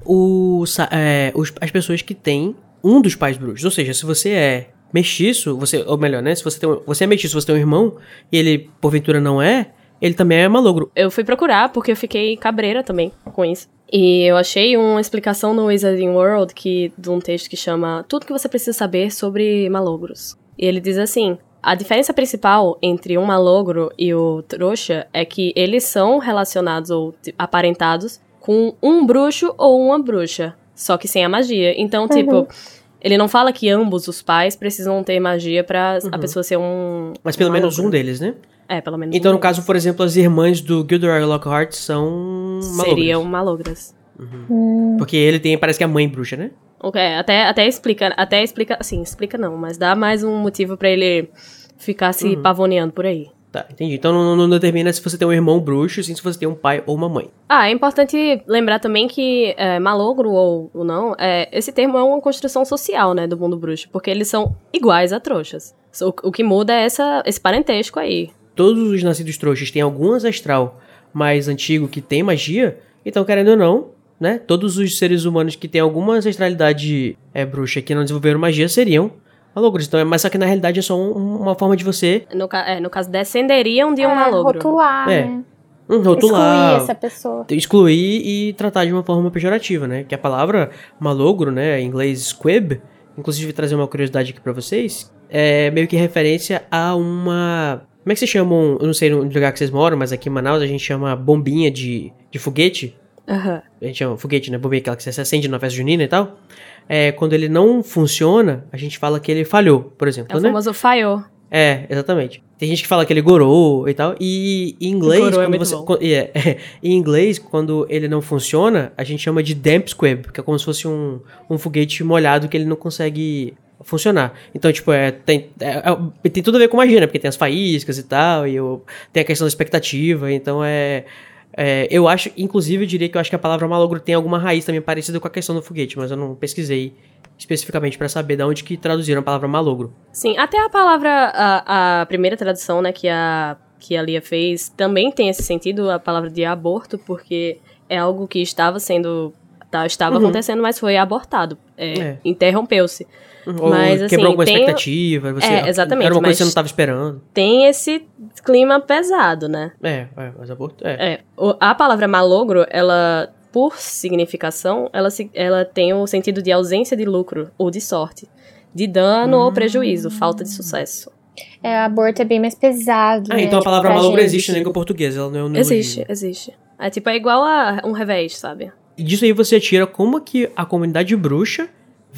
o, é, os, as pessoas que têm um dos pais bruxos. Ou seja, se você é mestiço, você, ou melhor, né? Se você, tem, você é mestiço, você tem um irmão, e ele, porventura, não é, ele também é malogro. Eu fui procurar porque eu fiquei cabreira também com isso. E eu achei uma explicação no Wizarding World que, de um texto que chama Tudo que você precisa saber sobre malogros. E ele diz assim: a diferença principal entre um malogro e o trouxa é que eles são relacionados ou aparentados com um bruxo ou uma bruxa, só que sem a magia. Então, tipo, Uhum. ele não fala que ambos os pais precisam ter magia pra Uhum. a pessoa ser um Mas pelo um menos malogro. um deles, né? É, pelo menos Então, um no caso, por exemplo, as irmãs do Gilderoy Lockhart são malogros. seriam malogras. Hum. Porque ele tem, parece que é a mãe bruxa, né? Ok, até, até explica, até explica, assim, explica não, mas dá mais um motivo pra ele ficar se Uhum. pavoneando por aí. Tá, entendi. Então não, não determina se você tem um irmão bruxo, sim se você tem um pai ou uma mãe. Ah, é importante lembrar também que é, malogro ou, ou não, é, esse termo é uma construção social, né, do mundo bruxo, porque eles são iguais a trouxas. O, o que muda é essa, esse parentesco aí. Todos os nascidos trouxas têm algum ancestral mais antigo que tem magia, então, querendo ou não, né, todos os seres humanos que têm alguma ancestralidade é, bruxa que não desenvolveram magia seriam malogros. Então, é, mas só que na realidade é só um, uma forma de você No, ca- é, no caso, descenderiam de um É, malogro. rotular, É. né? hum, rotular, Excluir essa pessoa. excluir e tratar de uma forma pejorativa, né? Que a palavra malogro, né, em inglês squib, inclusive trazer uma curiosidade aqui pra vocês, é meio que referência a uma... Como é que vocês chamam? Eu não sei no lugar que vocês moram, mas aqui em Manaus a gente chama bombinha de, de foguete. Aham. A gente chama foguete, né? Bombinha, aquela que você acende na festa junina e tal. É, quando ele não funciona, a gente fala que ele falhou, por exemplo, É o né? famoso falhou. É, exatamente. Tem gente que fala que ele gorou e tal. E em inglês, Gorou é quando muito você. bom. co- é, é, em inglês, quando ele não funciona, a gente chama de damp squib, que é como se fosse um, um foguete molhado que ele não consegue funcionar. Então, tipo, é, tem, é, é- tem tudo a ver com magia, né? Porque tem as faíscas e tal, e eu, tem a questão da expectativa, então é. É, eu acho, inclusive, eu diria que eu acho que a palavra malogro tem alguma raiz também parecida com a questão do foguete, mas eu não pesquisei especificamente pra saber de onde que traduziram a palavra malogro. Sim, até a palavra, a, a primeira tradução, né, que a, que a Lia fez, também tem esse sentido, a palavra de aborto, porque é algo que estava sendo, tá, estava Uhum. acontecendo, mas foi abortado, é, É. interrompeu-se. Ou Mas, assim, quebrou alguma tem- expectativa, você, É, exatamente, era uma coisa mas- que você não estava esperando. Tem esse clima pesado, né? É, é, mas aborto, é. É, o- a palavra malogro, ela, por significação, ela, se- ela tem o sentido de ausência de lucro ou de sorte, de dano ou prejuízo, falta de sucesso. É, aborto é bem mais pesado. Ah, né, então a tipo, palavra pra malogro gente. existe na língua portuguesa, ela não é um Existe, neologismo. existe. É tipo, é igual a um revés, sabe? E disso aí você tira como que a comunidade bruxa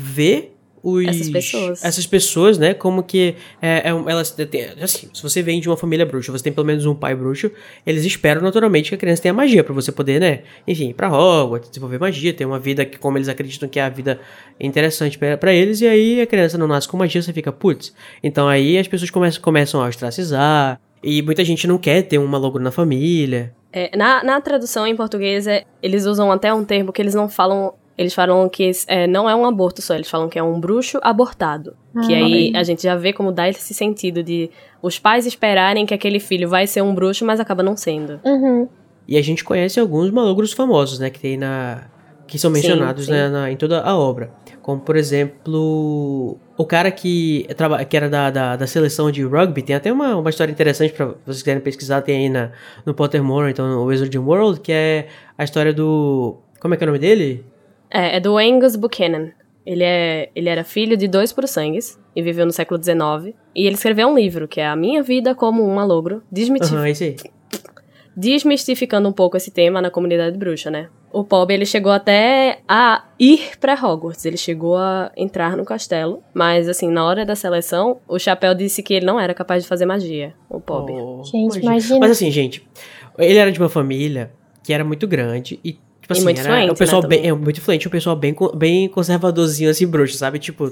vê os... Essas pessoas. Essas pessoas, né, como que é, é, um- elas têm, assim, se você vem de uma família bruxa, você tem pelo menos um pai bruxo, eles esperam naturalmente que a criança tenha magia pra você poder, né, enfim, ir pra Hogwarts, desenvolver magia, ter uma vida que, como eles acreditam que é a vida interessante pra pra eles, e aí a criança não nasce com magia, você fica, putz. Então aí as pessoas começam, começam a ostracizar, e muita gente não quer ter um malogro na família. É, na, na tradução em português, é, eles usam até um termo que eles não falam. Eles falam que é, não é um aborto só, eles falam que é um bruxo abortado. Que Ah, aí a gente já vê como dá esse sentido de os pais esperarem que aquele filho vai ser um bruxo, mas acaba não sendo. Uhum. E a gente conhece alguns malogros famosos, né? Que tem na, que são mencionados, sim, sim. Né, na, em toda a obra. Como, por exemplo, o cara que, que era da, da, da seleção de rugby, tem até uma, uma história interessante para vocês quiserem pesquisar, tem aí na, no Pottermore, então no Wizarding World, que é a história do... Como é que é o nome dele? É, é do Angus Buchanan. Ele, é, ele era filho de dois puro-sangues e viveu no século dezenove. E ele escreveu um livro, que é A Minha Vida como um Malogro, desmitif... Aham, uhum, é isso aí. desmistificando um pouco esse tema na comunidade bruxa, né? O Pob, ele chegou até a ir pra Hogwarts, ele chegou a entrar no castelo, mas, assim, na hora da seleção, o Chapéu disse que ele não era capaz de fazer magia, o Pob. Oh, gente, imagina. Mas, assim, gente, ele era de uma família que era muito grande e, tipo assim, e muito era influente, o pessoal né, bem, é, muito influente, o pessoal bem, bem conservadorzinho, assim, bruxo, sabe? Tipo,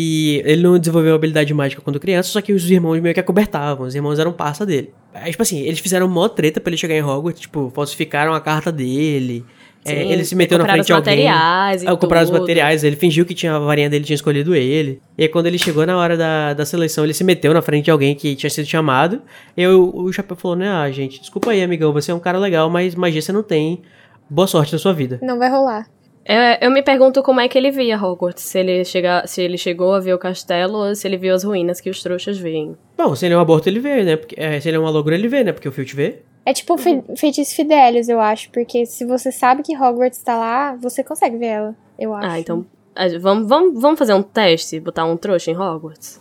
e ele não desenvolveu habilidade mágica quando criança, só que os irmãos meio que acobertavam, os irmãos eram parça dele. Aí, tipo assim, eles fizeram mó treta pra ele chegar em Hogwarts, tipo, falsificaram a carta dele. Sim, é, ele se meteu na frente de alguém. Materiais e é, compraram os tudo. materiais, ele fingiu que tinha, a varinha dele tinha escolhido ele. E aí, quando ele chegou na hora da, da seleção, ele se meteu na frente de alguém que tinha sido chamado. E eu, o Chapéu falou, né, ah, gente, desculpa aí, amigão, você é um cara legal, mas magia você não tem. Boa sorte na sua vida. Não vai rolar. Eu, eu me pergunto como é que ele via Hogwarts, se ele, chega, se ele chegou a ver o castelo ou se ele viu as ruínas que os trouxas veem. Bom, se ele é um aborto, ele vê, né? Porque, é, se ele é um malogro, ele vê, né? Porque o Filch vê. É tipo fe feitiços fidélios, eu acho. Porque se você sabe que Hogwarts tá lá, você consegue ver ela, eu acho. Ah, então vamos, vamos, vamos fazer um teste? Botar um trouxa em Hogwarts?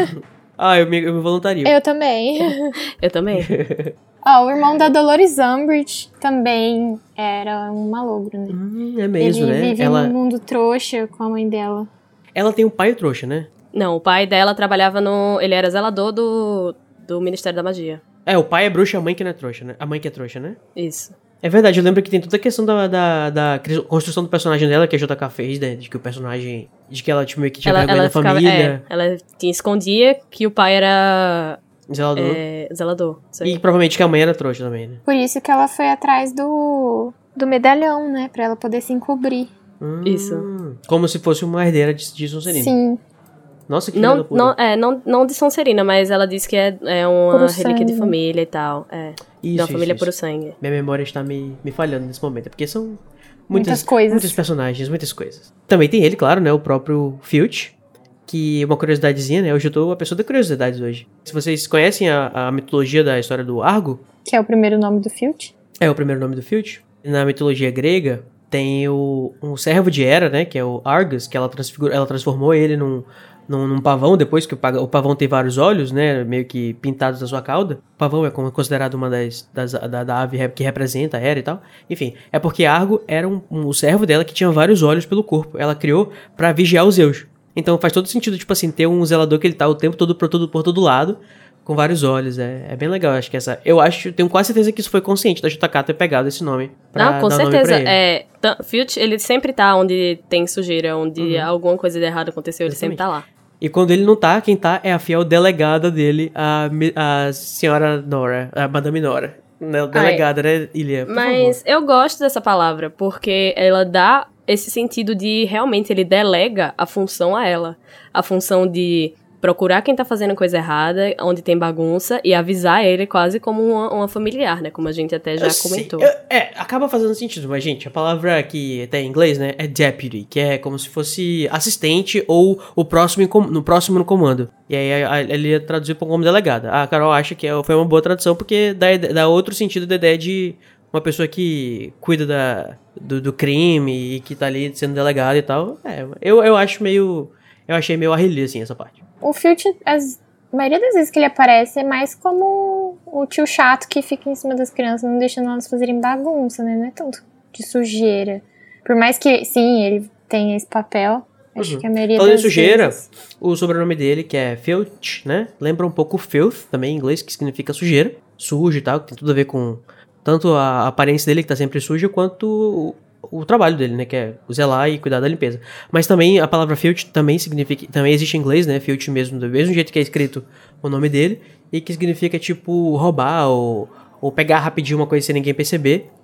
ah, eu me, eu me voluntario. Eu também. eu também. Ó, oh, o irmão da Dolores Umbridge também era um malogro, né? Hum, é mesmo, Ele né? vive ela... num mundo trouxa com a mãe dela. Ela tem um pai trouxa, né? Não, o pai dela trabalhava no... Ele era zelador do, do Ministério da Magia. É, o pai é bruxo e a mãe que não é trouxa, né? A mãe que é trouxa, né? Isso. É verdade, eu lembro que tem toda a questão da, da, da construção do personagem dela, que a J K fez, né? De que o personagem... De que ela tipo, meio que tinha ela, vergonha ela da ficava, família. É, ela tinha, escondia que o pai era... Zelador. É, zelador. Isso aí. E provavelmente que a mãe era trouxa também, né? Por isso que ela foi atrás do, do medalhão, né? Pra ela poder se encobrir. Hum, Isso. Como se fosse uma herdeira de, de Sonserina. Sim. Nossa, que não, loucura. não, é, não, não de Sonserina, mas ela disse que é, é uma Puro relíquia de sangue. família e tal. É. Isso, de uma isso, família isso. puro sangue. Minha memória está me, me falhando nesse momento. É porque são muitas, Muitas coisas. Muitos personagens, muitas coisas. Também tem ele, claro, né? O próprio Filch. Que uma curiosidadezinha, né? Hoje eu tô a pessoa da curiosidades hoje. Se vocês conhecem a, a mitologia da história do Argo... Que é o primeiro nome do Filch. É o primeiro nome do Filch. Na mitologia grega, tem o, um servo de Hera, né? Que é o Argus, que ela, transfigura, ela transformou ele num, num, num pavão, depois que o, o pavão tem vários olhos, né? Meio que pintados na sua cauda. O pavão é considerado uma das, das da, da ave que representa a Hera e tal. Enfim, é porque Argo era um, um, um servo dela que tinha vários olhos pelo corpo. Ela criou pra vigiar os Zeus. Então faz todo sentido, tipo assim, ter um zelador que ele tá o tempo todo por todo, por todo lado, com vários olhos. É, é bem legal, acho que essa... Eu acho, tenho quase certeza que isso foi consciente da J K ter pegado esse nome. Pra Não, com dar certeza. Nome pra ele. É, Filch, ele sempre tá onde tem sujeira, onde Uhum. alguma coisa de errado aconteceu, ele Exatamente. sempre tá lá. E quando ele não tá, quem tá é a fiel delegada dele, a, a senhora Nora, a Madame Nora. Delegada, né, Ilha? Por Mas favor. eu gosto dessa palavra, porque ela dá esse sentido de realmente ele delega a função a ela. A função de procurar quem tá fazendo coisa errada, onde tem bagunça, e avisar ele quase como uma, uma familiar, né? Como a gente até já Eu comentou. sei, eu- é, acaba fazendo sentido, mas, gente, a palavra que tem em inglês, né, é deputy, que é como se fosse assistente ou o próximo, em com- no próximo no comando. E aí a- a- ele ia traduzir como delegada. A Carol acha que é- foi uma boa tradução porque dá, ide- dá outro sentido da ideia de uma pessoa que cuida da, do, do crime e que tá ali sendo delegada e tal. É, eu, eu acho meio... Eu achei meio arrelia, assim, essa parte. O Filch, as, a maioria das vezes que ele aparece, é mais como o tio chato que fica em cima das crianças, não deixando elas fazerem bagunça, né? Não é tanto de sujeira. Por mais que, sim, ele tenha esse papel, acho Uhum. que a maioria Falando em das sujeira, vezes... o sobrenome dele, que é Filch, né? Lembra um pouco filth, também em inglês, que significa sujeira. Sujo e tal, que tem tudo a ver com tanto a aparência dele, que tá sempre suja, quanto o, o trabalho dele, né? Que é zelar e cuidar da limpeza. Mas também a palavra filth também significa... Também existe em inglês, né? Filth mesmo, do mesmo jeito que é escrito o nome dele. E que significa, tipo, roubar ou, ou pegar rapidinho uma coisa sem ninguém perceber.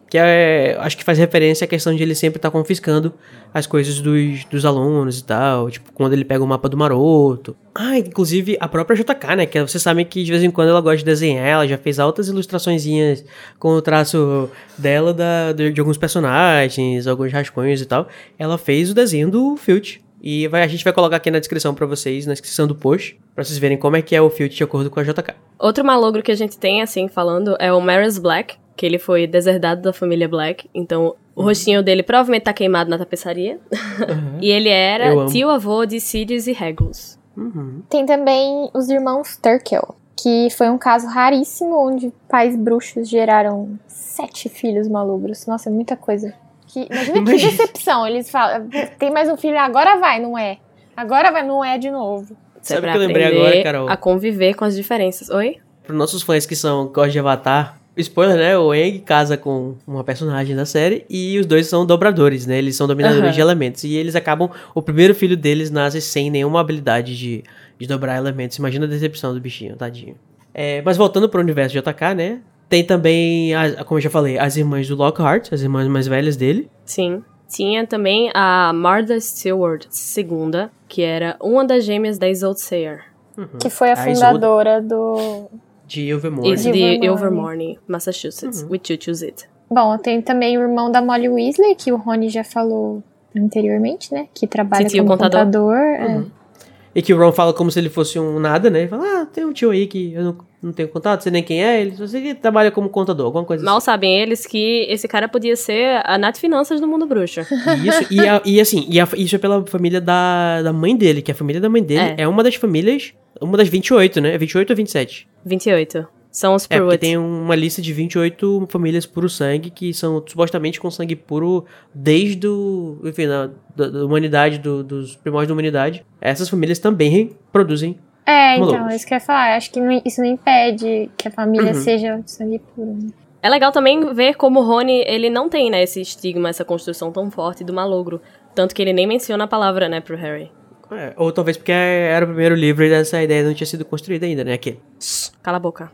Que é, acho que faz referência à questão de ele sempre estar confiscando as coisas dos, dos alunos e tal. Tipo, quando ele pega o mapa do Maroto. Ah, inclusive a própria J K, né? Que vocês sabem que de vez em quando ela gosta de desenhar. Ela já fez altas ilustraçõezinhas com o traço dela da, de, de alguns personagens, alguns rascunhos e tal. Ela fez o desenho do Filch. E vai, a gente vai colocar aqui na descrição pra vocês, na descrição do post, pra vocês verem como é que é o Filch de acordo com a J K. Outro malogro que a gente tem, assim, falando, é o Marius Black, que ele foi deserdado da família Black. Então, o uhum. rostinho dele provavelmente tá queimado na tapeçaria. Uhum. E ele era tio-avô de Sidious e Regulus. Uhum. Tem também os irmãos Turkel, que foi um caso raríssimo, onde pais bruxos geraram sete filhos malogros. Nossa, é muita coisa. Que, imagina que decepção. Eles falam, tem mais um filho, agora vai, não é. Agora vai, não é de novo. Sabe o que eu lembrei agora, Carol? A conviver com as diferenças. Oi? Para os nossos fãs que são gostam de Avatar, spoiler, né? O Aang casa com uma personagem da série e os dois são dobradores, né? Eles são dominadores uhum. de elementos. E eles acabam... O primeiro filho deles nasce sem nenhuma habilidade de, de dobrar elementos. Imagina a decepção do bichinho, tadinho. É, mas voltando para o universo de J K, né? Tem também, a, como eu já falei, as irmãs do Lockhart, as irmãs mais velhas dele. Sim. Tinha também a Martha Stewart segunda, que era uma das gêmeas da Isolde Sayre. Uhum. Que foi a, a fundadora Isolde... do... De Ilvermorny. De Ilvermorny, Massachusetts, uhum. with Chuchu's It. Bom, tem também o irmão da Molly Weasley, que o Rony já falou anteriormente, né? Que trabalha Titio como contador. contador. Uhum. É. E que o Ron fala como se ele fosse um nada, né? Ele fala, ah, tem um tio aí que eu não, não tenho contato, sei nem quem é, ele só sei que trabalha como contador, alguma coisa Mal assim. sabem eles que esse cara podia ser a Nath Finanças do mundo bruxo. Isso, e, a, e assim, e a, isso é pela família da, da mãe dele, que a família da mãe dele é, é uma das famílias, uma das vinte e oito, né? É vinte e oito ou vinte e sete? vinte e oito. São os Pruitt. É, porque Pruitt. tem uma lista de vinte e oito famílias puro sangue, que são supostamente com sangue puro desde o, enfim, da, da, da humanidade, do, dos primórdios da humanidade. Essas famílias também produzem É, então, malogros. é isso que eu ia falar. Acho que não, isso não impede que a família Uhum. seja de sangue puro. Né? É legal também ver como o Rony, ele não tem, né, esse estigma, essa construção tão forte do malogro. Tanto que ele nem menciona a palavra, né, pro Harry. É, ou talvez porque era o primeiro livro e essa ideia não tinha sido construída ainda, né? Aquele. Cala a boca.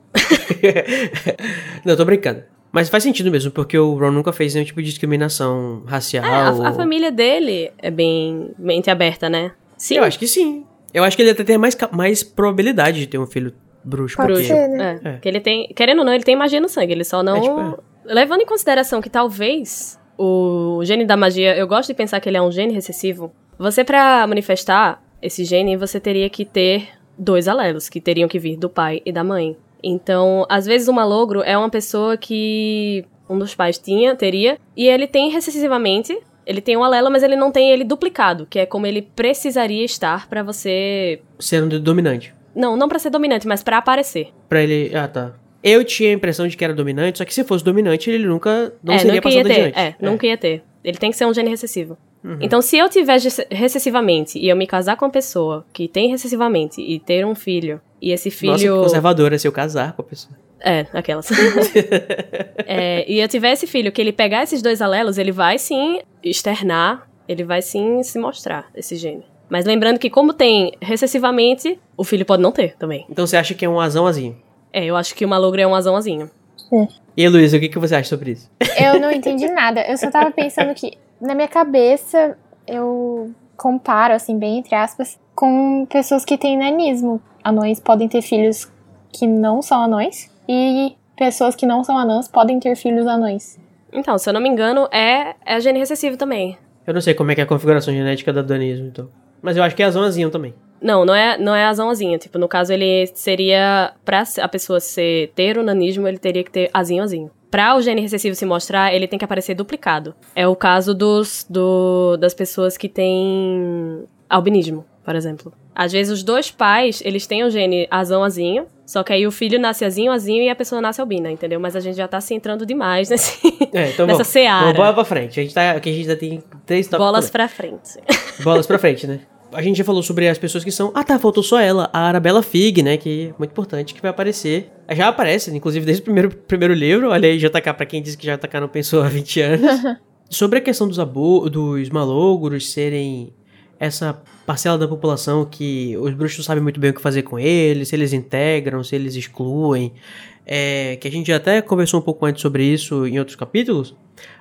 Não, tô brincando. Mas faz sentido mesmo, porque o Ron nunca fez nenhum tipo de discriminação racial. É, a, ou... a família dele é bem mente aberta, né? Sim. Eu acho que sim. Eu acho que ele até tem mais, mais probabilidade de ter um filho bruxo. Pode porque... ser, né? É, é. Que ele tem, querendo ou não, ele tem magia no sangue, ele só não... É, tipo, é. Levando em consideração que talvez o gene da magia, eu gosto de pensar que ele é um gene recessivo, você pra manifestar esse gene, você teria que ter dois alelos, que teriam que vir do pai e da mãe. Então, às vezes o malogro é uma pessoa que um dos pais tinha, teria, e ele tem recessivamente, ele tem um alelo, mas ele não tem ele duplicado, que é como ele precisaria estar pra você... Sendo dominante. Não, não pra ser dominante, mas pra aparecer. Pra ele... Ah, tá. Eu tinha a impressão de que era dominante, só que se fosse dominante, ele nunca... Não é, seria nunca passado ia ter. adiante. É, é, nunca ia ter. Ele tem que ser um gene recessivo. Uhum. Então, se eu tiver recessivamente e eu me casar com uma pessoa que tem recessivamente e ter um filho, e esse filho... Nossa, que conservadora se eu casar com a pessoa. É, aquelas. é, e eu tiver esse filho que ele pegar esses dois alelos, ele vai sim externar, ele vai sim se mostrar, esse gene. Mas lembrando que como tem recessivamente, o filho pode não ter também. Então você acha que é um azão azinho? É, eu acho que o malogro é um azãozinho. É. E Luísa, o que, que você acha sobre isso? Eu não entendi nada. Eu só tava pensando que, na minha cabeça, eu comparo, assim, bem entre aspas, com pessoas que têm nanismo. Anões podem ter filhos que não são anões, e pessoas que não são anãs podem ter filhos anões. Então, se eu não me engano, é, é gene recessivo também. Eu não sei como é que é a configuração genética do danismo, então. Mas eu acho que é azão azinho também. Não, não é, não é azãozinho. Tipo, no caso, ele seria... Pra a pessoa ser, ter o nanismo, ele teria que ter azinho, azinho. Pra o gene recessivo se mostrar, ele tem que aparecer duplicado. É o caso dos, do, das pessoas que têm albinismo, por exemplo. Às vezes, os dois pais, eles têm o gene azão, azinho, só que aí o filho nasce azinho, azinho e a pessoa nasce albina, entendeu? Mas a gente já tá se entrando demais nesse, é, então nessa bom, seara. Vamos bola pra frente. A gente tá, aqui a gente já tem três tópicos. Bolas pra frente. Bolas pra frente, né? A gente já falou sobre as pessoas que são... Ah, tá, faltou só ela, a Arabella Fig, né? Que é muito importante, que vai aparecer. Já aparece, inclusive, desde o primeiro, primeiro livro. Olha aí, J K, pra quem disse que J K não pensou há vinte anos. Sobre a questão dos, abo dos malogros serem essa parcela da população que os bruxos não sabem muito bem o que fazer com eles, se eles integram, se eles excluem, é, que a gente já até conversou um pouco antes sobre isso em outros capítulos,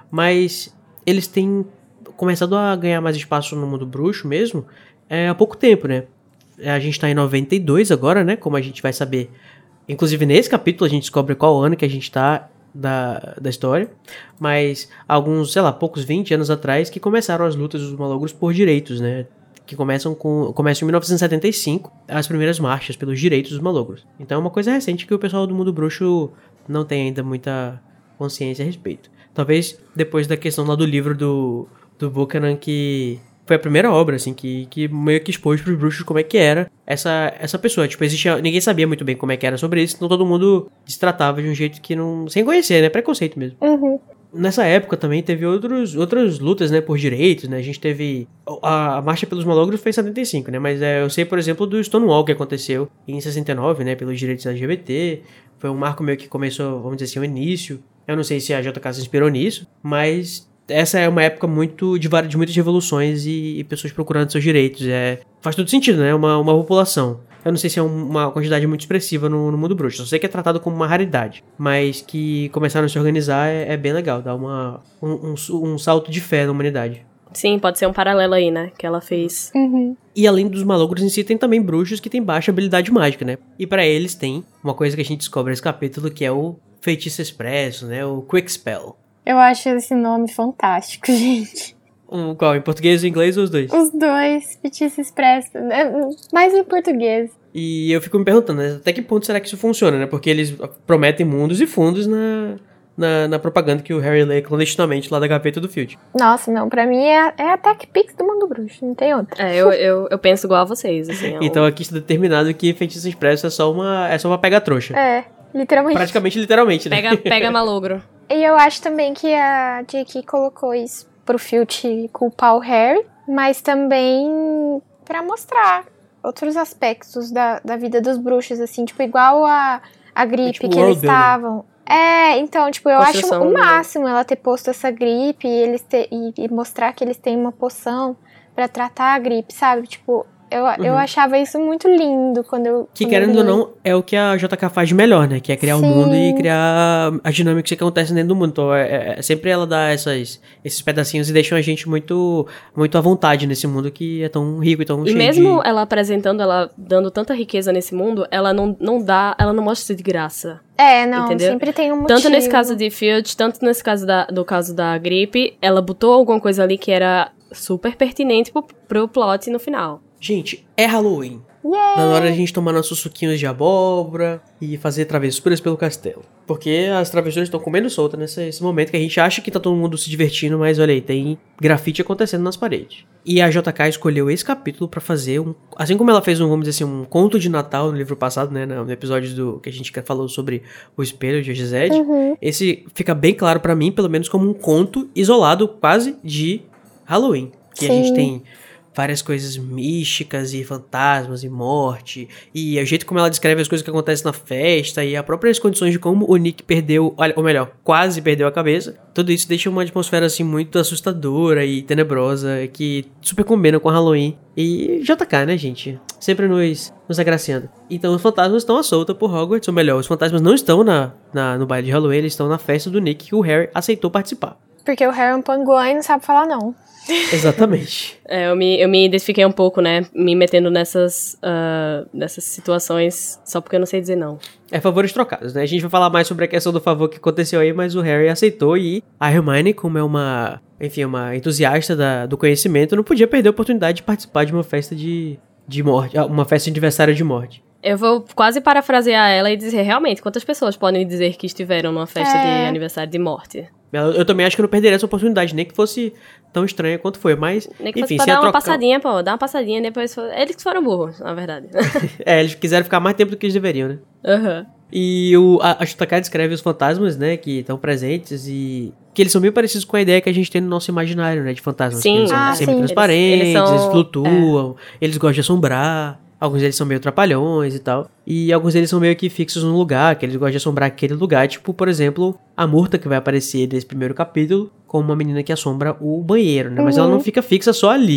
mas eles têm começado a ganhar mais espaço no mundo bruxo mesmo é, há pouco tempo, né? A gente tá em noventa e dois agora, né? Como a gente vai saber. Inclusive, nesse capítulo, a gente descobre qual ano que a gente tá da, da história. Mas, alguns, sei lá, poucos vinte anos atrás, que começaram as lutas dos malogros por direitos, né? Que começam, com, começam em mil novecentos e setenta e cinco, as primeiras marchas pelos direitos dos malogros. Então, é uma coisa recente que o pessoal do mundo bruxo não tem ainda muita consciência a respeito. Talvez depois da questão lá do livro do, do Buchanan, que... foi a primeira obra, assim, que, que meio que expôs pros bruxos como é que era essa, essa pessoa. Tipo, existia, ninguém sabia muito bem como é que era sobre isso, então todo mundo destratava de um jeito que não... sem conhecer, né? Preconceito mesmo. Uhum. Nessa época também teve outros, outras lutas, né, por direitos, né? A gente teve... A, a Marcha pelos Malogros foi em setenta e cinco, né? Mas é, eu sei, por exemplo, do Stonewall, que aconteceu em sessenta e nove, né? Pelos direitos L G B T. Foi um marco meio que começou, vamos dizer assim, o início. Eu não sei se a J K se inspirou nisso, mas... essa é uma época muito de, de muitas revoluções e, e pessoas procurando seus direitos. É, faz todo sentido, né? Uma, uma população. Eu não sei se é um, uma quantidade muito expressiva no, no mundo bruxo. Eu sei que é tratado como uma raridade. Mas que começaram a se organizar é, é bem legal. Dá uma, um, um, um salto de fé na humanidade. Sim, pode ser um paralelo aí, né? Que ela fez. Uhum. E além dos malogros em si, tem também bruxos que têm baixa habilidade mágica, né? E pra eles tem uma coisa que a gente descobre nesse capítulo, que é o feitiço expresso, né? O Quick Spell. Eu acho esse nome fantástico, gente. Um, qual? Em português ou em inglês ou os dois? Os dois, Feitiço Expresso. Mais em português. E eu fico me perguntando, né, até que ponto será que isso funciona, né? Porque eles prometem mundos e fundos na, na, na propaganda que o Harry lê clandestinamente lá da gaveta do Filch. Nossa, não, pra mim é, é a Tech Pix do Mundo Bruxo, não tem outra. É, eu, eu, eu penso igual a vocês, assim. É um... Então aqui está determinado que Feitiço Expresso é só uma, é só uma pega-trouxa. É, literalmente. Praticamente, literalmente, né? Pega, pega malogro. E eu acho também que a J K colocou isso pro Filch culpar o Harry, mas também pra mostrar outros aspectos da, da vida dos bruxos, assim, tipo, igual a, a gripe é tipo que eles estavam. É, então, tipo, eu acho o máximo ela ter posto essa gripe e, eles ter, e, e mostrar que eles têm uma poção pra tratar a gripe, sabe? Tipo, eu, uhum. eu achava isso muito lindo quando eu... Que, quando querendo eu ou não, é o que a J K faz de melhor, né? Que é criar o um mundo e criar as dinâmicas que acontecem dentro do mundo. Então, é, é, sempre ela dá essas, esses pedacinhos e deixam a gente muito, muito à vontade nesse mundo que é tão rico e tão e cheio mesmo de... ela apresentando, ela dando tanta riqueza nesse mundo, ela não, não dá, ela não mostra isso de graça. É, não, entendeu? Sempre tem um motivo. Tanto nesse caso de Filch, tanto nesse caso da, do caso da gripe, ela botou alguma coisa ali que era super pertinente pro, pro plot no final. Gente, é Halloween. Yeah. Tá na hora de a gente tomar nossos suquinhos de abóbora e fazer travessuras pelo castelo. Porque as travessuras estão comendo solta nesse, nesse momento que a gente acha que tá todo mundo se divertindo, mas olha aí, tem grafite acontecendo nas paredes. E a J K escolheu esse capítulo pra fazer um... Assim como ela fez um, vamos dizer assim, um conto de Natal no livro passado, né? No episódio do, que a gente falou sobre o espelho de Gisele. Uhum. Esse fica bem claro pra mim, pelo menos como um conto isolado quase de Halloween. Que Sim. a gente tem... várias coisas místicas e fantasmas e morte, e o jeito como ela descreve as coisas que acontecem na festa, e as próprias condições de como o Nick perdeu, ou melhor, quase perdeu a cabeça, tudo isso deixa uma atmosfera assim muito assustadora e tenebrosa, que super combina com Halloween e J K, né, gente? Sempre nos, nos agraciando. Então os fantasmas estão à solta por Hogwarts, ou melhor, os fantasmas não estão na, na, no baile de Halloween, eles estão na festa do Nick, que o Harry aceitou participar. Porque o Harry é um panguão e não sabe falar não. Exatamente. É, eu me, eu me identifiquei um pouco, né, me metendo nessas, uh, nessas situações só porque eu não sei dizer não. É favores trocados, né? A gente vai falar mais sobre a questão do favor que aconteceu aí, mas o Harry aceitou e a Hermione, como é uma, enfim, uma entusiasta da, do conhecimento, não podia perder a oportunidade de participar de uma festa de, de morte, uma festa de aniversário de morte. Eu vou quase parafrasear ela e dizer, realmente, quantas pessoas podem dizer que estiveram numa festa é. de aniversário de morte? Eu, eu também acho que eu não perderia essa oportunidade, nem que fosse tão estranha quanto foi, mas, nem que enfim, fosse pra se dar uma trocar... passadinha, pô, dar uma passadinha, depois... Eles que foram burros, na verdade. É, eles quiseram ficar mais tempo do que eles deveriam, né? Aham. Uhum. E o, a, a J K descreve os fantasmas, né, que estão presentes e... que eles são bem parecidos com a ideia que a gente tem no nosso imaginário, né, de fantasmas. Sim. Eles são ah, semi-transparentes, eles, eles, são, eles flutuam, é. eles gostam de assombrar... Alguns deles são meio trapalhões e tal. E alguns deles são meio que fixos num lugar, que eles gostam de assombrar aquele lugar. Tipo, por exemplo, a Murta, que vai aparecer nesse primeiro capítulo, como uma menina que assombra o banheiro, né? Uhum. Mas ela não fica fixa só ali.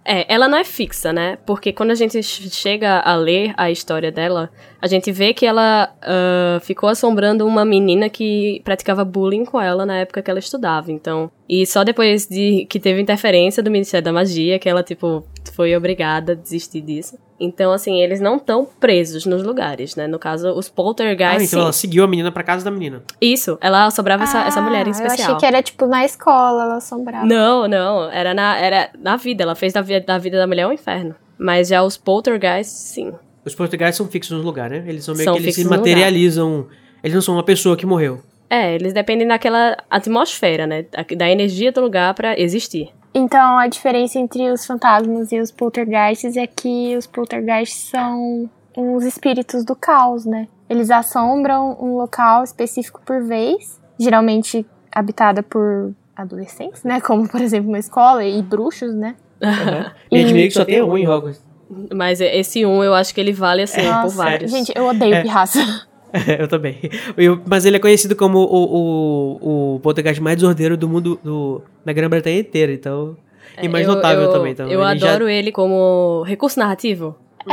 É, ela não é fixa, né? Porque quando a gente chega a ler a história dela, a gente vê que ela uh, ficou assombrando uma menina que praticava bullying com ela na época que ela estudava. Então, e só depois de que teve interferência do Ministério da Magia que ela, tipo, foi obrigada a desistir disso. Então, assim, eles não estão presos nos lugares, né? No caso, os poltergeists, Ah, então sim. ela seguiu a menina pra casa da menina. Isso, ela assombrava essa, Ah, essa mulher em especial. Eu achei que era, tipo, na escola ela assombrava. Não, não, era na, era na vida, ela fez da, vi- da vida da mulher um inferno. Mas já os poltergeists, sim. Os poltergeists são fixos no lugar, né? Eles são meio São que eles se fixos no materializam. Eles não são uma pessoa que morreu. É, eles dependem daquela atmosfera, né? Da, da energia do lugar pra existir. Então, a diferença entre os fantasmas e os poltergeists é que os poltergeists são uns espíritos do caos, né? Eles assombram um local específico por vez, geralmente habitada por adolescentes, né? Como, por exemplo, uma escola e bruxos, né? Uhum. E a gente meio que só tem um em Hogwarts. Mas esse um, eu acho que ele vale, assim, por Nossa, vários. gente, eu odeio É. pirraça. É, eu também. Eu- mas ele é conhecido como o, o, o poltergeist mais desordeiro do mundo, do, da Grã-Bretanha inteira, então... E mais eu, notável eu, também. Então, eu ele já- adoro ele como recurso narrativo.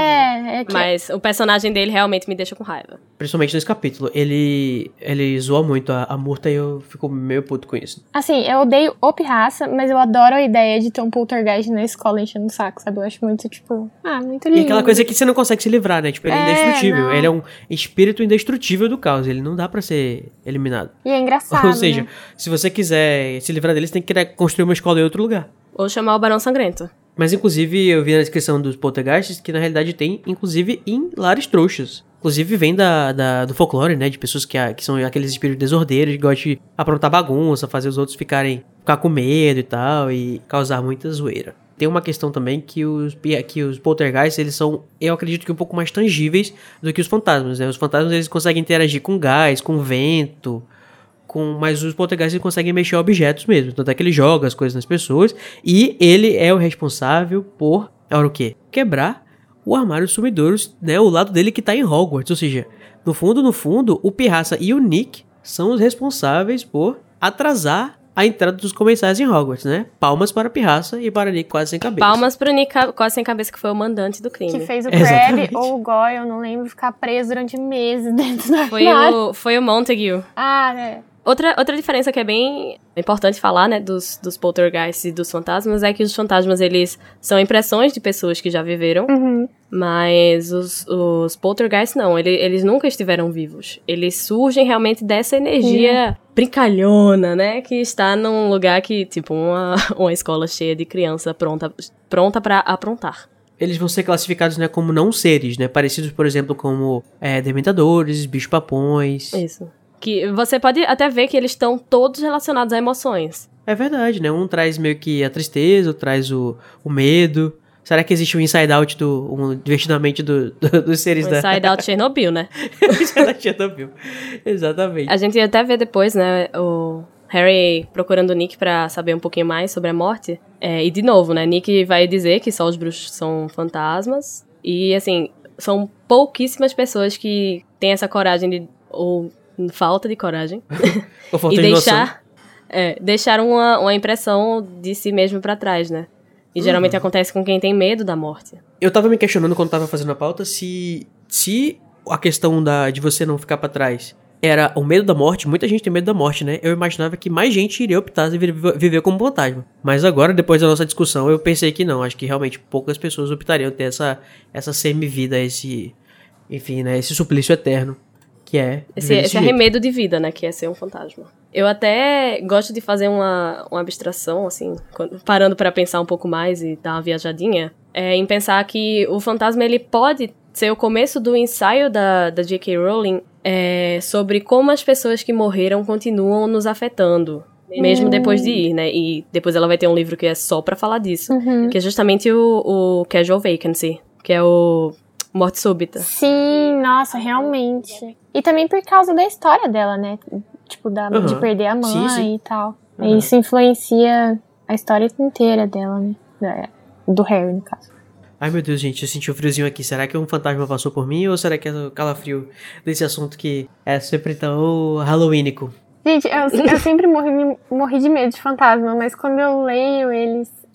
É, é que... Mas o personagem dele realmente me deixa com raiva. Principalmente nesse capítulo. Ele, ele zoa muito a, a Murta e eu fico meio puto com isso. Assim, eu odeio o pirraça, mas eu adoro a ideia de ter um poltergeist na escola enchendo o saco, sabe? Eu acho muito, tipo, ah, muito lindo. E aquela coisa que você não consegue se livrar, né? Tipo, ele é, É, indestrutível. não. Ele é um espírito indestrutível do caos. Ele não dá pra ser eliminado. E é engraçado, Ou seja, né? se você quiser se livrar dele, você tem que querer construir uma escola em outro lugar. Ou chamar o Barão Sangrento. Mas, inclusive, eu vi na descrição dos poltergeists que, na realidade, tem, inclusive, em lares trouxas. Inclusive, vem da, da- do folclore, né? De pessoas que, que são aqueles espíritos desordeiros, que gostam de aprontar bagunça, fazer os outros ficarem ficar com medo e tal, e causar muita zoeira. Tem uma questão também que os, que os poltergeists, eles são, eu acredito que um pouco mais tangíveis do que os fantasmas, né? Os fantasmas, eles conseguem interagir com gás, com vento... Com, mas os poltergeists conseguem mexer objetos mesmo. Tanto é que ele joga as coisas nas pessoas. E ele é o responsável por... Agora o quê? Quebrar o armário dos sumidouros, né? O lado dele que tá em Hogwarts. Ou seja, no fundo, no fundo, o Pirraça e o Nick são os responsáveis por atrasar a entrada dos comensais em Hogwarts, né? Palmas para Pirraça e para Nick quase sem cabeça. Palmas pro Nick ca- quase sem cabeça, que foi o mandante do crime. Que fez o Exatamente. Crabbe ou o Goyle, eu não lembro, ficar preso durante meses dentro do Foi armário. o, foi o Montague. Ah, é. Outra, outra diferença que é bem importante falar, né, dos, dos poltergeists e dos fantasmas é que os fantasmas, eles são impressões de pessoas que já viveram, Uhum. mas os, os poltergeists não, ele, eles nunca estiveram vivos. Eles surgem realmente dessa energia brincalhona, né, que está num lugar que, tipo, uma, uma escola cheia de criança pronta, pronta pra aprontar. Eles vão ser classificados, né, como não seres, né? Parecidos, por exemplo, como é, dementadores, bicho-papões. Isso. Que você pode até ver que eles estão todos relacionados a emoções. É verdade, né? Um traz meio que a tristeza, outro traz o, o medo. Será que existe um inside-out do... um divertidamente do, do- dos seres O da... Inside Out Chernobyl, né? da Chernobyl. Exatamente. A gente ia até ver depois, né, o Harry procurando o Nick pra saber um pouquinho mais sobre a morte. É, e de novo, né, Nick vai dizer que só os bruxos são fantasmas. E, assim, são pouquíssimas pessoas que têm essa coragem de... ou falta de coragem. Ou falta e de noção. deixar, é, deixar uma, uma impressão de si mesmo pra trás, né? E geralmente acontece com quem tem medo da morte. Eu tava me questionando quando tava fazendo a pauta se... Se a questão da, de você não ficar pra trás era o medo da morte. Muita gente tem medo da morte, né? Eu imaginava que mais gente iria optar em viver, viver como fantasma. Mas agora, depois da nossa discussão, eu pensei que não. Acho que realmente poucas pessoas optariam ter essa, essa semi-vida, esse... Enfim, né? Esse suplício eterno. Que é Esse, viver desse esse jeito. arremedo de vida, né? Que é ser um fantasma. Eu até gosto de fazer uma, uma abstração, assim, quando- parando pra pensar um pouco mais e dar uma viajadinha, é, em pensar que o fantasma, ele pode ser o começo do ensaio da, da J K. Rowling é, sobre como as pessoas que morreram continuam nos afetando, mesmo depois de ir, né? E depois ela vai ter um livro que é só pra falar disso, Uhum. que é justamente o, o Casual Vacancy, que é o Morte Súbita. Sim, nossa, realmente. E também por causa da história dela, né? Tipo, da, Uhum. de perder a mãe Sim, sim. e tal. Uhum. E isso influencia a história inteira dela, né? Da- Do Harry, no caso. Ai, meu Deus, gente, eu senti um friozinho aqui. Será que um fantasma passou por mim ou será que é o calafrio desse assunto que é sempre tão halloweenico? Gente, eu, eu sempre morri, morri de medo de fantasma, mas quando eu leio eles,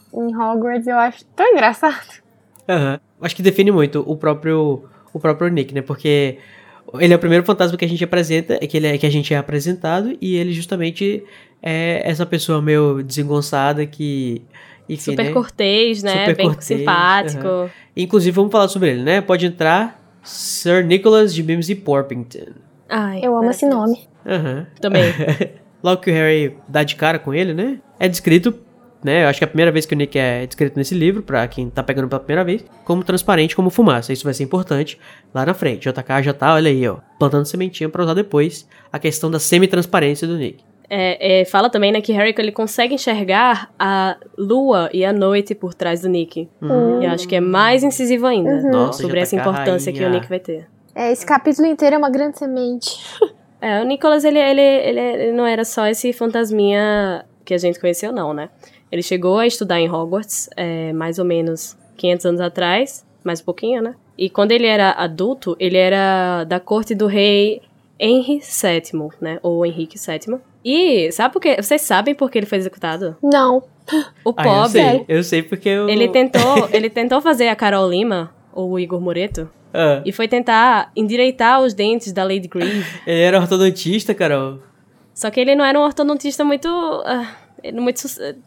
em Hogwarts, eu acho tão engraçado. Aham. Uhum. Acho que define muito o próprio, o próprio Nick, né? Porque ele é o primeiro fantasma que a gente apresenta, que, ele é, que a gente é apresentado, e ele justamente é essa pessoa meio desengonçada que... Enfim, super né? cortês, né? Super bem cortês, simpático. Uhum. Inclusive, vamos falar sobre ele, né? Pode entrar Sir Nicholas de Mimsy Porpington. Ai, eu amo esse nome. Aham. Uhum. Também. Logo que o Harry dá de cara com ele, né? É descrito, né? Eu acho que é a primeira vez que o Nick é descrito nesse livro, pra quem tá pegando pela primeira vez, como transparente, como fumaça. Isso vai ser importante lá na frente. J K já tá, olha aí, ó, plantando sementinha pra usar depois a questão da semi-transparência do Nick. É, é, fala também, né, que Harry ele consegue enxergar a lua e a noite por trás do Nick. Uhum. E eu acho que é mais incisivo ainda. Uhum. Nossa, sobre essa importância rainha. que o Nick vai ter. É, esse capítulo inteiro é uma grande semente. É, o Nicholas, ele, ele, ele, ele não era só esse fantasminha que a gente conheceu, não, né? Ele chegou a estudar em Hogwarts, é, mais ou menos quinhentos anos atrás, mais um pouquinho, né? E quando ele era adulto, ele era da corte do rei Henry sétimo, né? Ou Henrique sétimo. E sabe por quê? Vocês sabem por que ele foi executado? Não. O Ah, pobre... eu sei, eu sei porque eu... Ele tentou, ele tentou fazer a Carol Lima, ou o Igor Moreto, ah. e foi tentar endireitar os dentes da Lady Grieve. Ele era ortodontista, Carol. Só que ele não era um ortodontista muito... Uh, muito,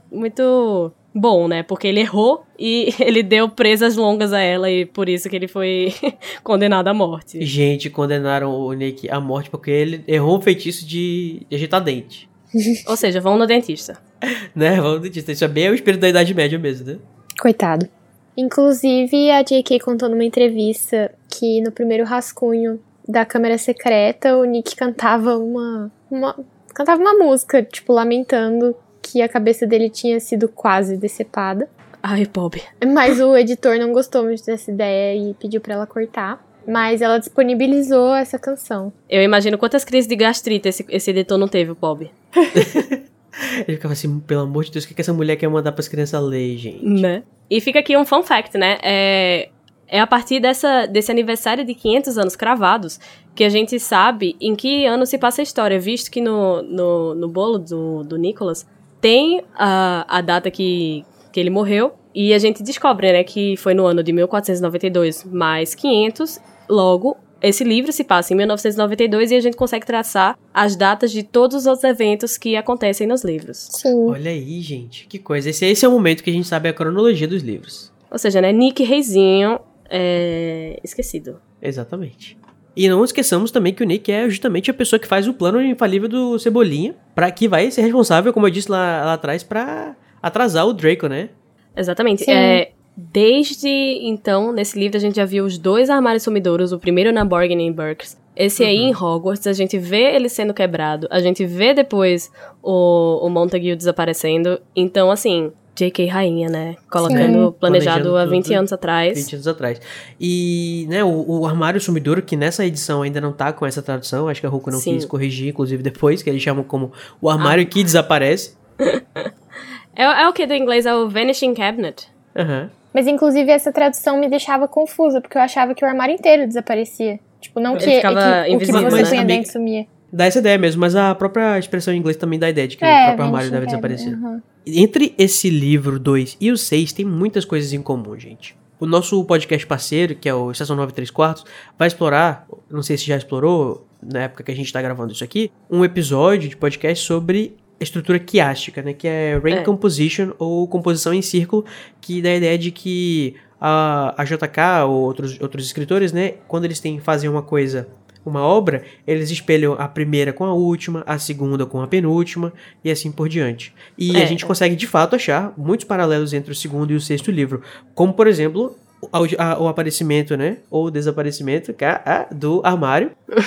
muito bom, né? Porque ele errou e ele deu presas longas a ela e por isso que ele foi condenado à morte. Gente, condenaram o Nick à morte porque ele errou um feitiço de, de ajeitar dente. Ou seja, vão no dentista. Né? Vamos no dentista. Isso é bem o espírito da Idade Média mesmo, né? Coitado. Inclusive, a J K contou numa entrevista que no primeiro rascunho da Câmara Secreta, o Nick cantava uma, uma, cantava uma música, tipo, lamentando que a cabeça dele tinha sido quase decepada. Ai, pobre. Mas o editor não gostou muito dessa ideia e pediu pra ela cortar. Mas ela disponibilizou essa canção. Eu imagino quantas crises de gastrite esse, esse editor não teve, o pobre. Ele ficava assim, pelo amor de Deus, o que, que essa mulher quer mandar pras crianças ler, gente? Né? E fica aqui um fun fact, né? É, é a partir dessa, desse aniversário de quinhentos anos cravados que a gente sabe em que ano se passa a história, visto que no, no, no bolo do, do Nicholas tem a, a data que, que ele morreu, e a gente descobre, né, que foi no ano de mil quatrocentos e noventa e dois mais quinhentos, logo, esse livro se passa em mil novecentos e noventa e dois e a gente consegue traçar as datas de todos os outros eventos que acontecem nos livros. Sim. Olha aí, gente, que coisa. Esse, esse é o momento que a gente sabe a cronologia dos livros. Ou seja, né, Nick Reizinho é esquecido. Exatamente. E não esqueçamos também que o Nick é justamente a pessoa que faz o plano infalível do Cebolinha, pra, que vai ser responsável, como eu disse lá, lá atrás, pra atrasar o Draco, né? Exatamente. É, desde então, nesse livro, a gente já viu os dois armários sumidouros, o primeiro na Borgin em Burkes. Esse uhum. aí em Hogwarts, a gente vê ele sendo quebrado, a gente vê depois o, o Montague desaparecendo. Então, assim, J K rainha, né? Colocando, Sim. planejado, planejado há vinte anos atrás. vinte anos atrás. E, né, o, o armário sumidouro, que nessa edição ainda não tá com essa tradução, acho que a Ruko não Sim. quis corrigir, inclusive depois, que eles chamam como o armário ah. que desaparece. É, é o que do inglês? É o Vanishing Cabinet. Aham. Uhum. Mas, inclusive, essa tradução me deixava confusa, porque eu achava que o armário inteiro desaparecia. Tipo, não que, ficava que o que você mas, punha dentro sumia. Dá essa ideia mesmo, mas a própria expressão em inglês também dá a ideia de que é, o próprio armário deve cabinet, desaparecer. Uhum. Entre esse livro dois e o seis, tem muitas coisas em comum, gente. O nosso podcast parceiro, que é o Estação nove e três quartos, vai explorar, não sei se já explorou, na época que a gente tá gravando isso aqui, um episódio de podcast sobre estrutura quiástica, né, que é ring é. composition, ou composição em círculo, que dá a ideia de que a, a J K ou outros, outros escritores, né, quando eles têm, fazem uma coisa, uma obra, eles espelham a primeira com a última, a segunda com a penúltima, e assim por diante. E é, a gente é. consegue, de fato, achar muitos paralelos entre o segundo e o sexto livro, como, por exemplo, o, a, o aparecimento, né, ou o desaparecimento a, a, do armário.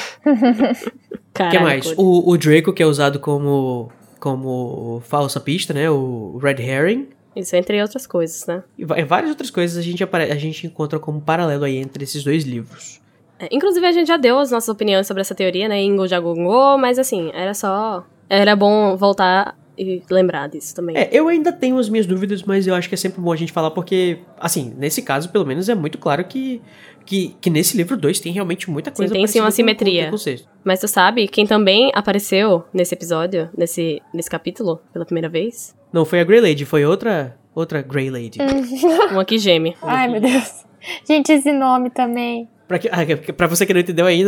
O que mais? O, o Draco, que é usado como... como falsa pista, né, o Red Herring. Isso, entre outras coisas, né? E várias outras coisas a gente, apare- a gente encontra como paralelo aí entre esses dois livros. É, inclusive, a gente já deu as nossas opiniões sobre essa teoria, né, Ingo já gongou, mas assim, era só... Era bom voltar e lembrar disso também. É, eu ainda tenho as minhas dúvidas, mas eu acho que é sempre bom a gente falar, porque, assim, nesse caso, pelo menos, é muito claro que, que, que nesse livro dois tem realmente muita coisa. Sim, tem sim uma simetria. Mas tu sabe quem também apareceu nesse episódio, nesse, nesse capítulo, pela primeira vez? Não foi a Grey Lady, foi outra... outra Grey Lady. Uma que geme. Ai, meu Deus. Gente, esse nome também. Pra, que, ah, pra você que não entendeu ainda...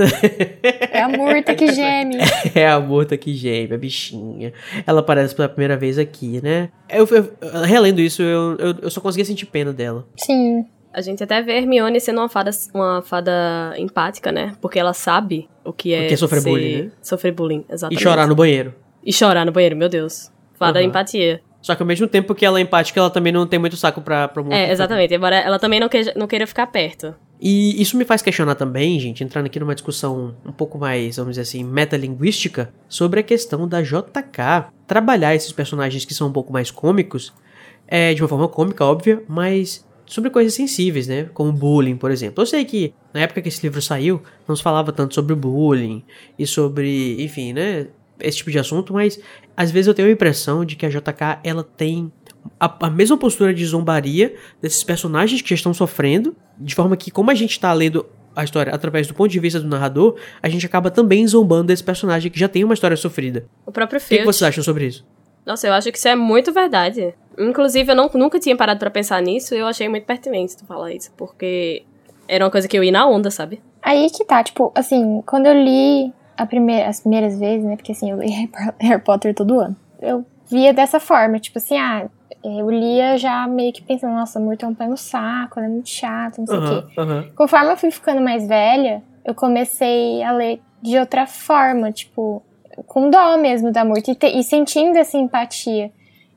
É a Murta que geme. É a Murta que geme, a bichinha. Ela aparece pela primeira vez aqui, né? Eu, eu, relendo isso, eu, eu, eu só conseguia sentir pena dela. Sim. A gente até vê Hermione sendo uma fada, uma fada empática, né? Porque ela sabe o que é, o que é sofrer ser, bullying, né? Sofrer bullying, exatamente. E chorar no banheiro. E chorar no banheiro, meu Deus. Fada Uhum. empatia. Só que ao mesmo tempo que ela é empática, ela também não tem muito saco pra... pra É, exatamente. Embora ela também não queira, não queira ficar perto. E isso me faz questionar também, gente, entrando aqui numa discussão um pouco mais, vamos dizer assim, metalinguística, sobre a questão da J K trabalhar esses personagens que são um pouco mais cômicos, é, de uma forma cômica, óbvia, mas sobre coisas sensíveis, né? Como bullying, por exemplo. Eu sei que na época que esse livro saiu, não se falava tanto sobre bullying e sobre, enfim, né? Esse tipo de assunto, mas às vezes eu tenho a impressão de que a J K, ela tem a, a mesma postura de zombaria desses personagens que já estão sofrendo, de forma que, como a gente tá lendo a história através do ponto de vista do narrador, a gente acaba também zombando desse personagem que já tem uma história sofrida. O próprio O que, Filch. que vocês acham sobre isso? Nossa, eu acho que isso é muito verdade. Inclusive, eu não, nunca tinha parado pra pensar nisso e eu achei muito pertinente tu falar isso, porque era uma coisa que eu ia na onda, sabe? Aí que tá, tipo, assim, quando eu li a primeira, as primeiras vezes, né, porque assim, eu li Harry Potter todo ano, eu via dessa forma, tipo assim, ah, eu lia já meio que pensando, nossa, muito é um pé no saco, ela é muito chata, não sei o Uhum, quê. uhum. Conforme eu fui ficando mais velha, eu comecei a ler de outra forma, tipo, com dó mesmo da Murta e, te, e sentindo essa empatia.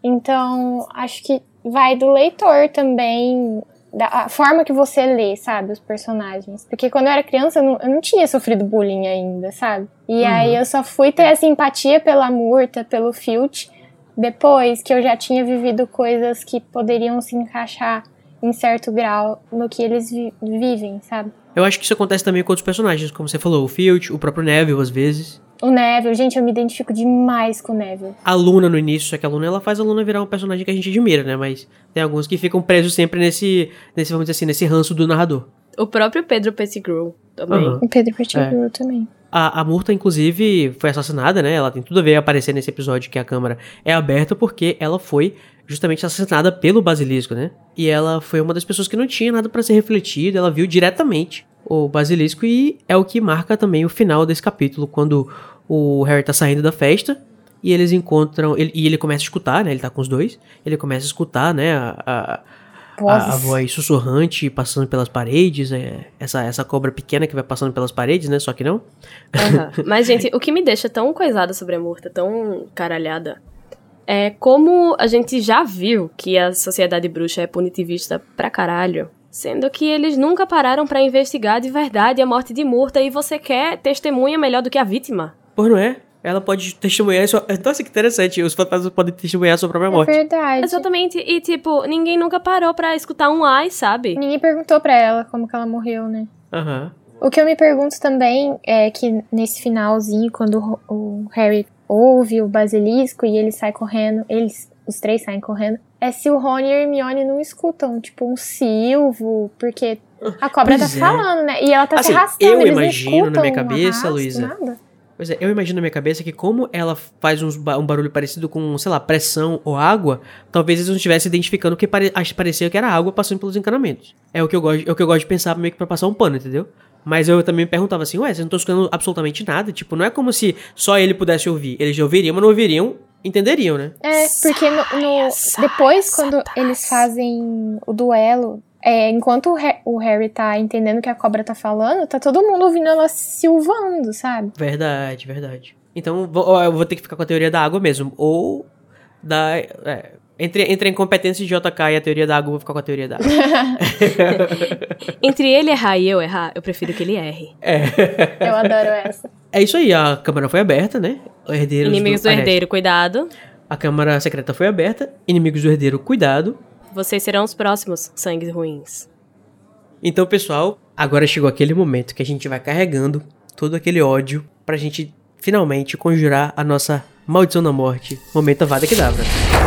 Então, acho que vai do leitor também, da forma que você lê, sabe, os personagens. Porque quando eu era criança, eu não, eu não tinha sofrido bullying ainda, sabe? E uhum. aí eu só fui ter essa empatia pela Murta, pelo Filch, depois que eu já tinha vivido coisas que poderiam se encaixar em certo grau no que eles vi- vivem, sabe? Eu acho que isso acontece também com outros personagens, como você falou, o Filch, o próprio Neville, às vezes. O Neville, gente, eu me identifico demais com o Neville. A Luna no início, só que a Luna, ela faz a Luna virar um personagem que a gente admira, né? Mas tem alguns que ficam presos sempre nesse, nesse vamos dizer assim, nesse ranço do narrador. O próprio Pedro Pettigrew também. Uhum. O Pedro Pettigrew é. também. A, a Murta, inclusive, foi assassinada, né? Ela tem tudo a ver a aparecer nesse episódio que a câmara é aberta, porque ela foi justamente assassinada pelo Basilisco, né? E ela foi uma das pessoas que não tinha nada pra ser refletido, ela viu diretamente o Basilisco e é o que marca também o final desse capítulo, quando o Harry tá saindo da festa e eles encontram... Ele, e ele começa a escutar, né? Ele tá com os dois. Ele começa a escutar, né? A... a A, a voz sussurrante passando pelas paredes, é, essa, essa cobra pequena que vai passando pelas paredes, né? Só que não. Uhum. Mas, gente, o que me deixa tão coisada sobre a Murta, tão caralhada, é como a gente já viu que a sociedade bruxa é punitivista pra caralho, sendo que eles nunca pararam pra investigar de verdade a morte de Murta e você quer testemunha melhor do que a vítima. Pô, não é? Ela pode testemunhar sua... Nossa, que interessante. Os fantasmas podem testemunhar a sua própria morte. É verdade. Exatamente. E, tipo, ninguém nunca parou pra escutar um ai, sabe? Ninguém perguntou pra ela como que ela morreu, né? Aham. Uhum. O que eu me pergunto também é que nesse finalzinho, quando o Harry ouve o Basilisco e ele sai correndo, eles, os três saem correndo, é se o Rony e a Hermione não escutam, tipo, um silvo, porque a cobra pois tá é. falando, né? E ela tá assim, se arrastando, eu eles imagino não escutam na minha cabeça, arrasto, Luísa... Nada. Pois é, eu imagino na minha cabeça que como ela faz uns, um barulho parecido com, sei lá, pressão ou água, talvez eles não estivessem identificando que pare, parecia que era água passando pelos encanamentos. É o que eu gosto, é o que eu gosto de pensar meio que pra passar um pano, entendeu? Mas eu também me perguntava assim, ué, vocês não estão escutando absolutamente nada? Tipo, não é como se só ele pudesse ouvir. Eles já ouviriam, mas não ouviriam, entenderiam, né? É, porque no, no, saia, depois, saia, quando saia. eles fazem o duelo... É, enquanto o, ha- o Harry tá entendendo o que a cobra tá falando, tá todo mundo ouvindo ela silvando, sabe? Verdade, verdade. Então vou, eu vou ter que ficar com a teoria da água mesmo. Ou da... É, entre, entre a incompetência de J K e a teoria da água, eu vou ficar com a teoria da água. Entre ele errar e eu errar, eu prefiro que ele erre. É. Eu adoro essa. É isso aí, a câmara foi aberta, né? Herdeiros Inimigos do, do herdeiro, cuidado. A câmara secreta foi aberta. Inimigos do herdeiro, cuidado. Vocês serão os próximos sangues ruins. Então, pessoal, agora chegou aquele momento que a gente vai carregando todo aquele ódio pra gente finalmente conjurar a nossa maldição da morte. Momento Avada Kedavra.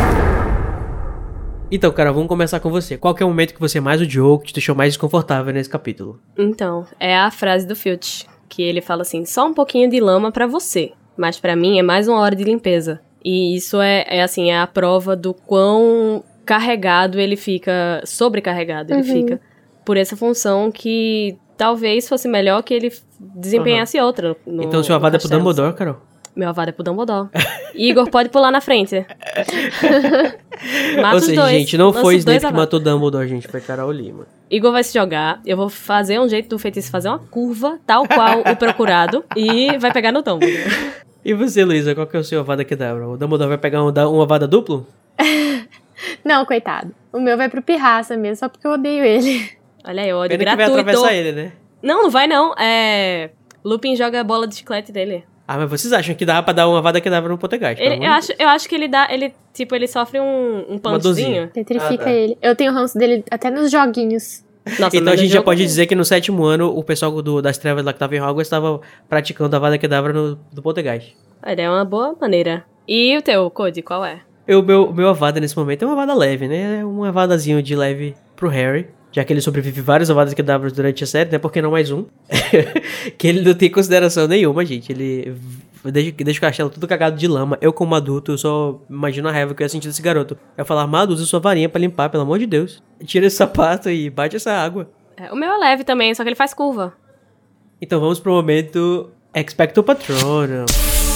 Então, cara, vamos começar com você. Qual que é o momento que você mais odiou, que te deixou mais desconfortável nesse capítulo? Então, é a frase do Filch, que ele fala assim, só um pouquinho de lama pra você, mas pra mim é mais uma hora de limpeza. E isso é, é assim, é a prova do quão... carregado, ele fica... Sobrecarregado, ele Uhum. fica. Por essa função que talvez fosse melhor que ele desempenhasse uhum. outra. No, então o seu avado é pro Dumbledore, Carol? Meu avado é pro Dumbledore. Igor pode pular na frente. Mata Ou seja, os dois. gente, não foi Snape que avados. matou Dumbledore, gente. Foi Carol Lima. Igor vai se jogar. Eu vou fazer um jeito do feitiço fazer uma curva, tal qual o procurado, e vai pegar no Dumbledore. E você, Luísa, qual que é o seu avada kedavra? O Dumbledore vai pegar um, um avada duplo? Não, coitado. O meu vai pro Pirraça mesmo, só porque eu odeio ele. Olha aí, ódio Pena gratuito. que vai atravessar ele, né? Não, não vai não. É... Lupin joga a bola de chiclete dele. Ah, mas vocês acham que dá pra dar uma avada kedavra no Poltergeist? Ele, eu, acho, eu acho que ele dá... Ele, tipo, ele sofre um, um punchzinho. Petrifica Ah, tá. ele. Eu tenho ranço dele até nos joguinhos. Nossa, então a gente já jogo... pode dizer que no sétimo ano, o pessoal do, das trevas lá que tava em Hogwarts estava praticando a avada kedavra no, no Poltergeist. Olha, é uma boa maneira. E o teu, Cody, qual é? O meu, meu avada nesse momento é uma avada leve, né? É um avadazinho de leve pro Harry. Já que ele sobrevive vários avadas kedavras durante a série, né? Porque não mais um. Que ele não tem consideração nenhuma, gente. Ele deixa, deixa o castelo tudo cagado de lama. Eu, como adulto, eu só imagino a raiva que eu ia sentir desse garoto. Eu falar, Amado, usa sua varinha pra limpar, pelo amor de Deus. Tira esse sapato e bate essa água. É, o meu é leve também, só que ele faz curva. Então vamos pro momento Expecto Patronum.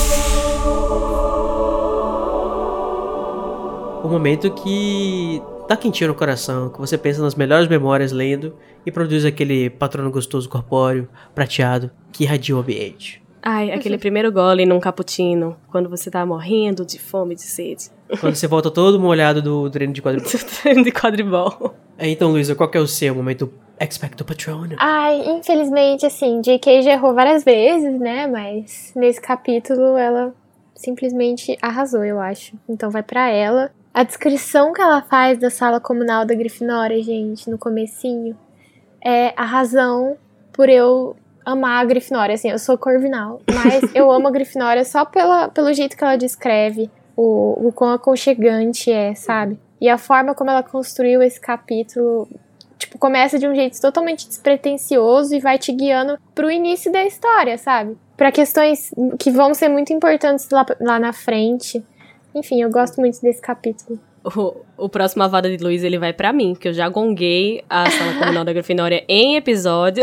O momento que dá quentinho no coração, que você pensa nas melhores memórias lendo e produz aquele patrono gostoso corpóreo, prateado, que irradia o ambiente. Ai, aquele primeiro gole num cappuccino, quando você tá morrendo de fome e de sede. Quando você volta todo molhado do treino de quadribol. treino de quadribol. Então, Luísa, qual que é o seu momento Expecto Patronum? Ai, infelizmente, assim, J K já errou várias vezes, né? Mas nesse capítulo ela simplesmente arrasou, eu acho. Então vai pra ela. A descrição que ela faz da sala comunal da Grifinória, gente, no comecinho, é a razão por eu amar a Grifinória. Assim, eu sou corvinal, mas eu amo a Grifinória só pela, pelo jeito que ela descreve, o, o quão aconchegante é, sabe? E a forma como ela construiu esse capítulo, tipo, começa de um jeito totalmente despretensioso e vai te guiando pro início da história, sabe? Pra questões que vão ser muito importantes lá, lá na frente. Enfim, eu gosto muito desse capítulo. O, o próximo Avada de Luz, ele vai pra mim, que eu já gonguei a sala comunal da Grifinória em episódio.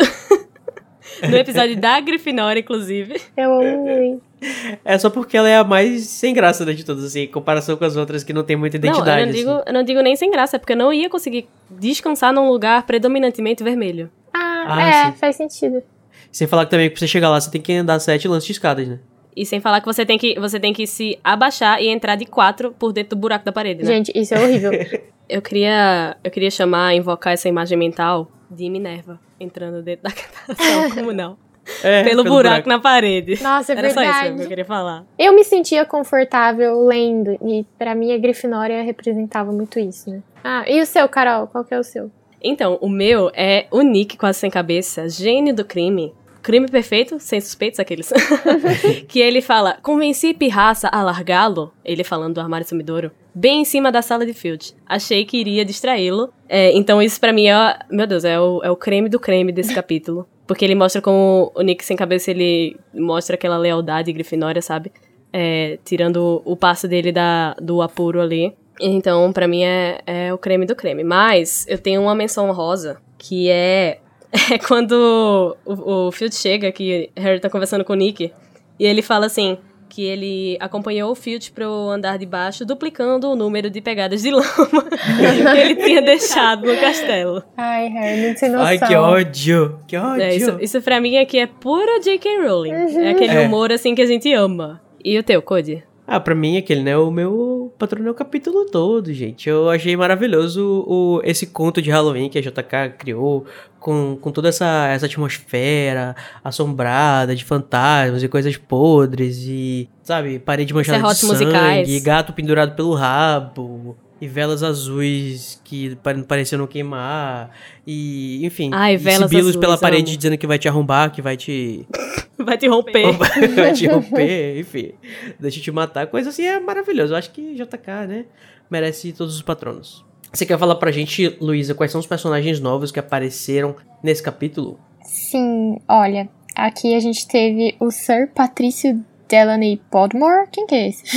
No episódio da Grifinória, inclusive. Eu amo muito. É só porque ela é a mais sem graça, né, de todas, assim, em comparação com as outras que não tem muita identidade. Não, eu não, digo, assim. eu não digo nem sem graça, é porque eu não ia conseguir descansar num lugar predominantemente vermelho. Ah, Ah, é, sim. faz sentido. Sem falar que também, pra você chegar lá, você tem que andar sete lances de escadas, né? E sem falar que você tem que, você tem que se abaixar e entrar de quatro por dentro do buraco da parede, né? Gente, isso é horrível. Eu queria, eu queria chamar, invocar essa imagem mental de Minerva entrando dentro da sala comunal. É, pelo, pelo buraco, buraco na parede. Nossa, é Era verdade. só isso que eu queria falar. Eu me sentia confortável lendo, e pra mim a Grifinória representava muito isso, né? Ah, e o seu, Carol? Qual que é o seu? Então, o meu é o Nick quase sem cabeça, gênio do crime. Crime perfeito, sem suspeitos, aqueles. Que ele fala, convenci Pirraça a largá-lo, ele falando do armário sumidouro, bem em cima da sala de Filch. Achei que iria distraí-lo. É, então isso pra mim é, meu Deus, é o, é o creme do creme desse capítulo. Porque ele mostra como o Nick sem cabeça, ele mostra aquela lealdade grifinória, sabe? É, tirando o passo dele da, do apuro ali. Então, pra mim, é, é o creme do creme. Mas eu tenho uma menção honrosa, que é... É quando o, o Filch chega, que Harry tá conversando com o Nick, e ele fala assim, que ele acompanhou o Filch pro andar de baixo, duplicando o número de pegadas de lama que ele tinha deixado no castelo. Ai, Harry, não tem noção. Ai, que ódio, que ódio. É, isso, isso pra mim aqui é pura J K. Rowling. Uhum. É aquele É. humor, assim, que a gente ama. E o teu, Cody? Ah, pra mim, aquele, né, o meu patrono é o capítulo todo, gente. Eu achei maravilhoso o, esse conto de Halloween que a J K criou, com, com toda essa, essa atmosfera assombrada de fantasmas e coisas podres e, sabe, parede manchada de sangue, musicais. gato pendurado pelo rabo, e velas azuis que pare- pareciam queimar, e, enfim, Ai, e velas sibilos azuis, pela parede amo. dizendo que vai te arrombar, que vai te... Vai te romper. vai te romper, enfim, deixa eu te matar, coisa assim é maravilhoso. Eu acho que J K, né, merece todos os patronos. Você quer falar pra gente, Luísa, quais são os personagens novos que apareceram nesse capítulo? Sim, olha, aqui a gente teve o Sir Patrício Delaney Podmore. Quem que é esse?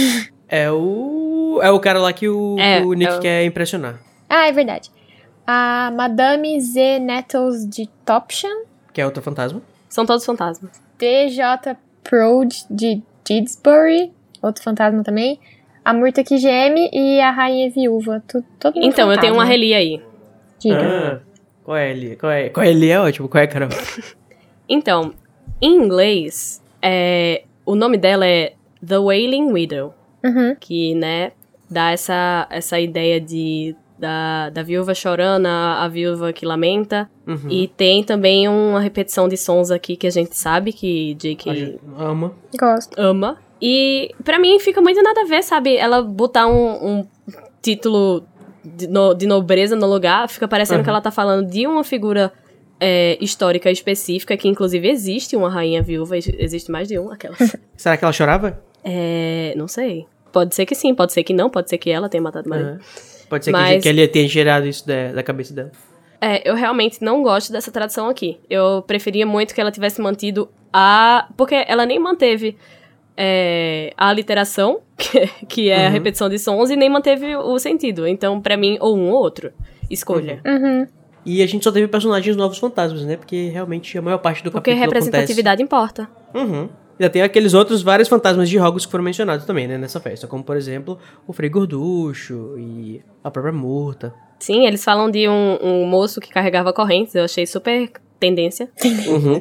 É o... É o cara lá que o, É, que o Nick é o- quer impressionar. Ah, é verdade. A Madame Z. Nettles de Topsham, Que é outro fantasma. São todos fantasmas. D J. Prode de Didsbury, outro fantasma também. A Murta que geme e a Rainha Viúva. Tu, todo mundo Então, eu tenho uma fantasma. reli aí. Diga. Ah, qual é ele? Qual é? Qual é ele? É ótimo. Qual é, Carol? Então, em inglês, é, o nome dela é The Wailing Widow. Uhum. Que, né, dá essa, essa ideia de, da, da viúva chorando, a, a viúva que lamenta. Uhum. E tem também uma repetição de sons aqui que a gente sabe que J K Ama. Gosto. ama. E pra mim fica muito nada a ver, sabe? Ela botar um, um título de, no- de nobreza no lugar, fica parecendo Uhum. que ela tá falando de uma figura é, histórica específica, que inclusive existe uma rainha viúva, ex- existe mais de uma, aquela. Será que ela chorava? É, não sei. Pode ser que sim, pode ser que não, pode ser que ela tenha matado o marido. Aham. Pode ser Mas- que, que ele tenha gerado isso da, da cabeça dela. É, eu realmente não gosto dessa tradução aqui. Eu preferia muito que ela tivesse mantido a... Porque ela nem manteve é, a aliteração, que, que é a Uhum. repetição de sons, e nem manteve o sentido. Então, pra mim, ou um ou outro. Escolha. Uhum. E a gente só teve personagens novos fantasmas, né? Porque realmente a maior parte do Porque capítulo representatividade importa. acontece. Uhum. Ainda tem aqueles outros vários fantasmas de Hogwarts que foram mencionados também, né? Nessa festa. Como, por exemplo, o Frei Gorducho e a própria Murta. Sim, eles falam de um, um moço que carregava correntes. Eu achei super tendência. Uhum.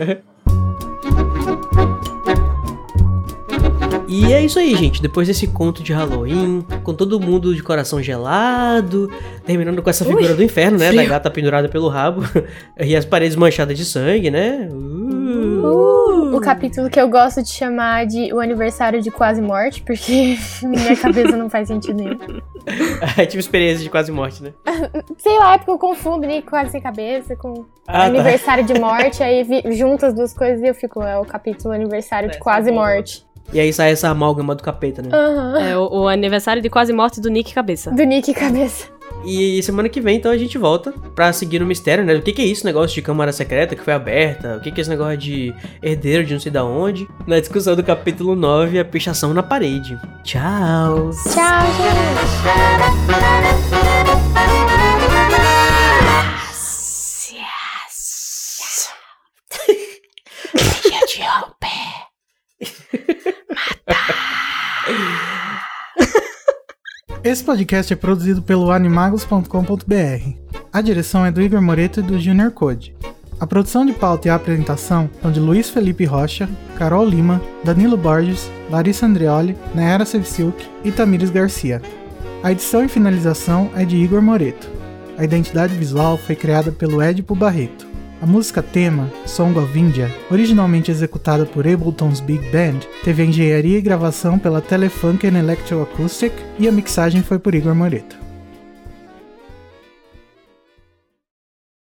E é isso aí, gente. Depois desse conto de Halloween, com todo mundo de coração gelado, terminando com essa figura Ui, do inferno, né? frio. Da gata pendurada pelo rabo. E as paredes manchadas de sangue, né? Uh. Uh, o capítulo que eu gosto de chamar de o aniversário de quase morte, porque minha cabeça não faz sentido nenhum. Eu tive experiência de quase morte, né? Sei lá, é porque eu confundo Nick quase sem cabeça com Ah, tá. aniversário de morte, aí vi, junto as duas coisas e eu fico, é o capítulo aniversário de É, quase tá bom. morte. E aí sai essa amálgama do capeta, né? Aham. É o, o aniversário de quase morte do Nick Cabeça. Do Nick cabeça. E semana que vem, então, a gente volta pra seguir no mistério, né? O que que é isso, negócio de câmara secreta que foi aberta? O que que é esse negócio de herdeiro de não sei da onde? Na discussão do capítulo nove, a pichação na parede. Tchau! Tchau, gente. Esse podcast é produzido pelo animagos ponto com ponto b r. A direção é do Igor Moreto e do Junior Code. A produção de pauta e a apresentação são de Luiz Felipe Rocha, Carol Lima, Danilo Borges, Larissa Andreoli, Nayara Sevciuk e Tamires Garcia. A edição e finalização é de Igor Moreto. A identidade visual foi criada pelo Edipo Barreto. A música tema, Song of India, originalmente executada por Ableton's Big Band, teve a engenharia e gravação pela Telefunken Electroacoustic e a mixagem foi por Igor Moreto.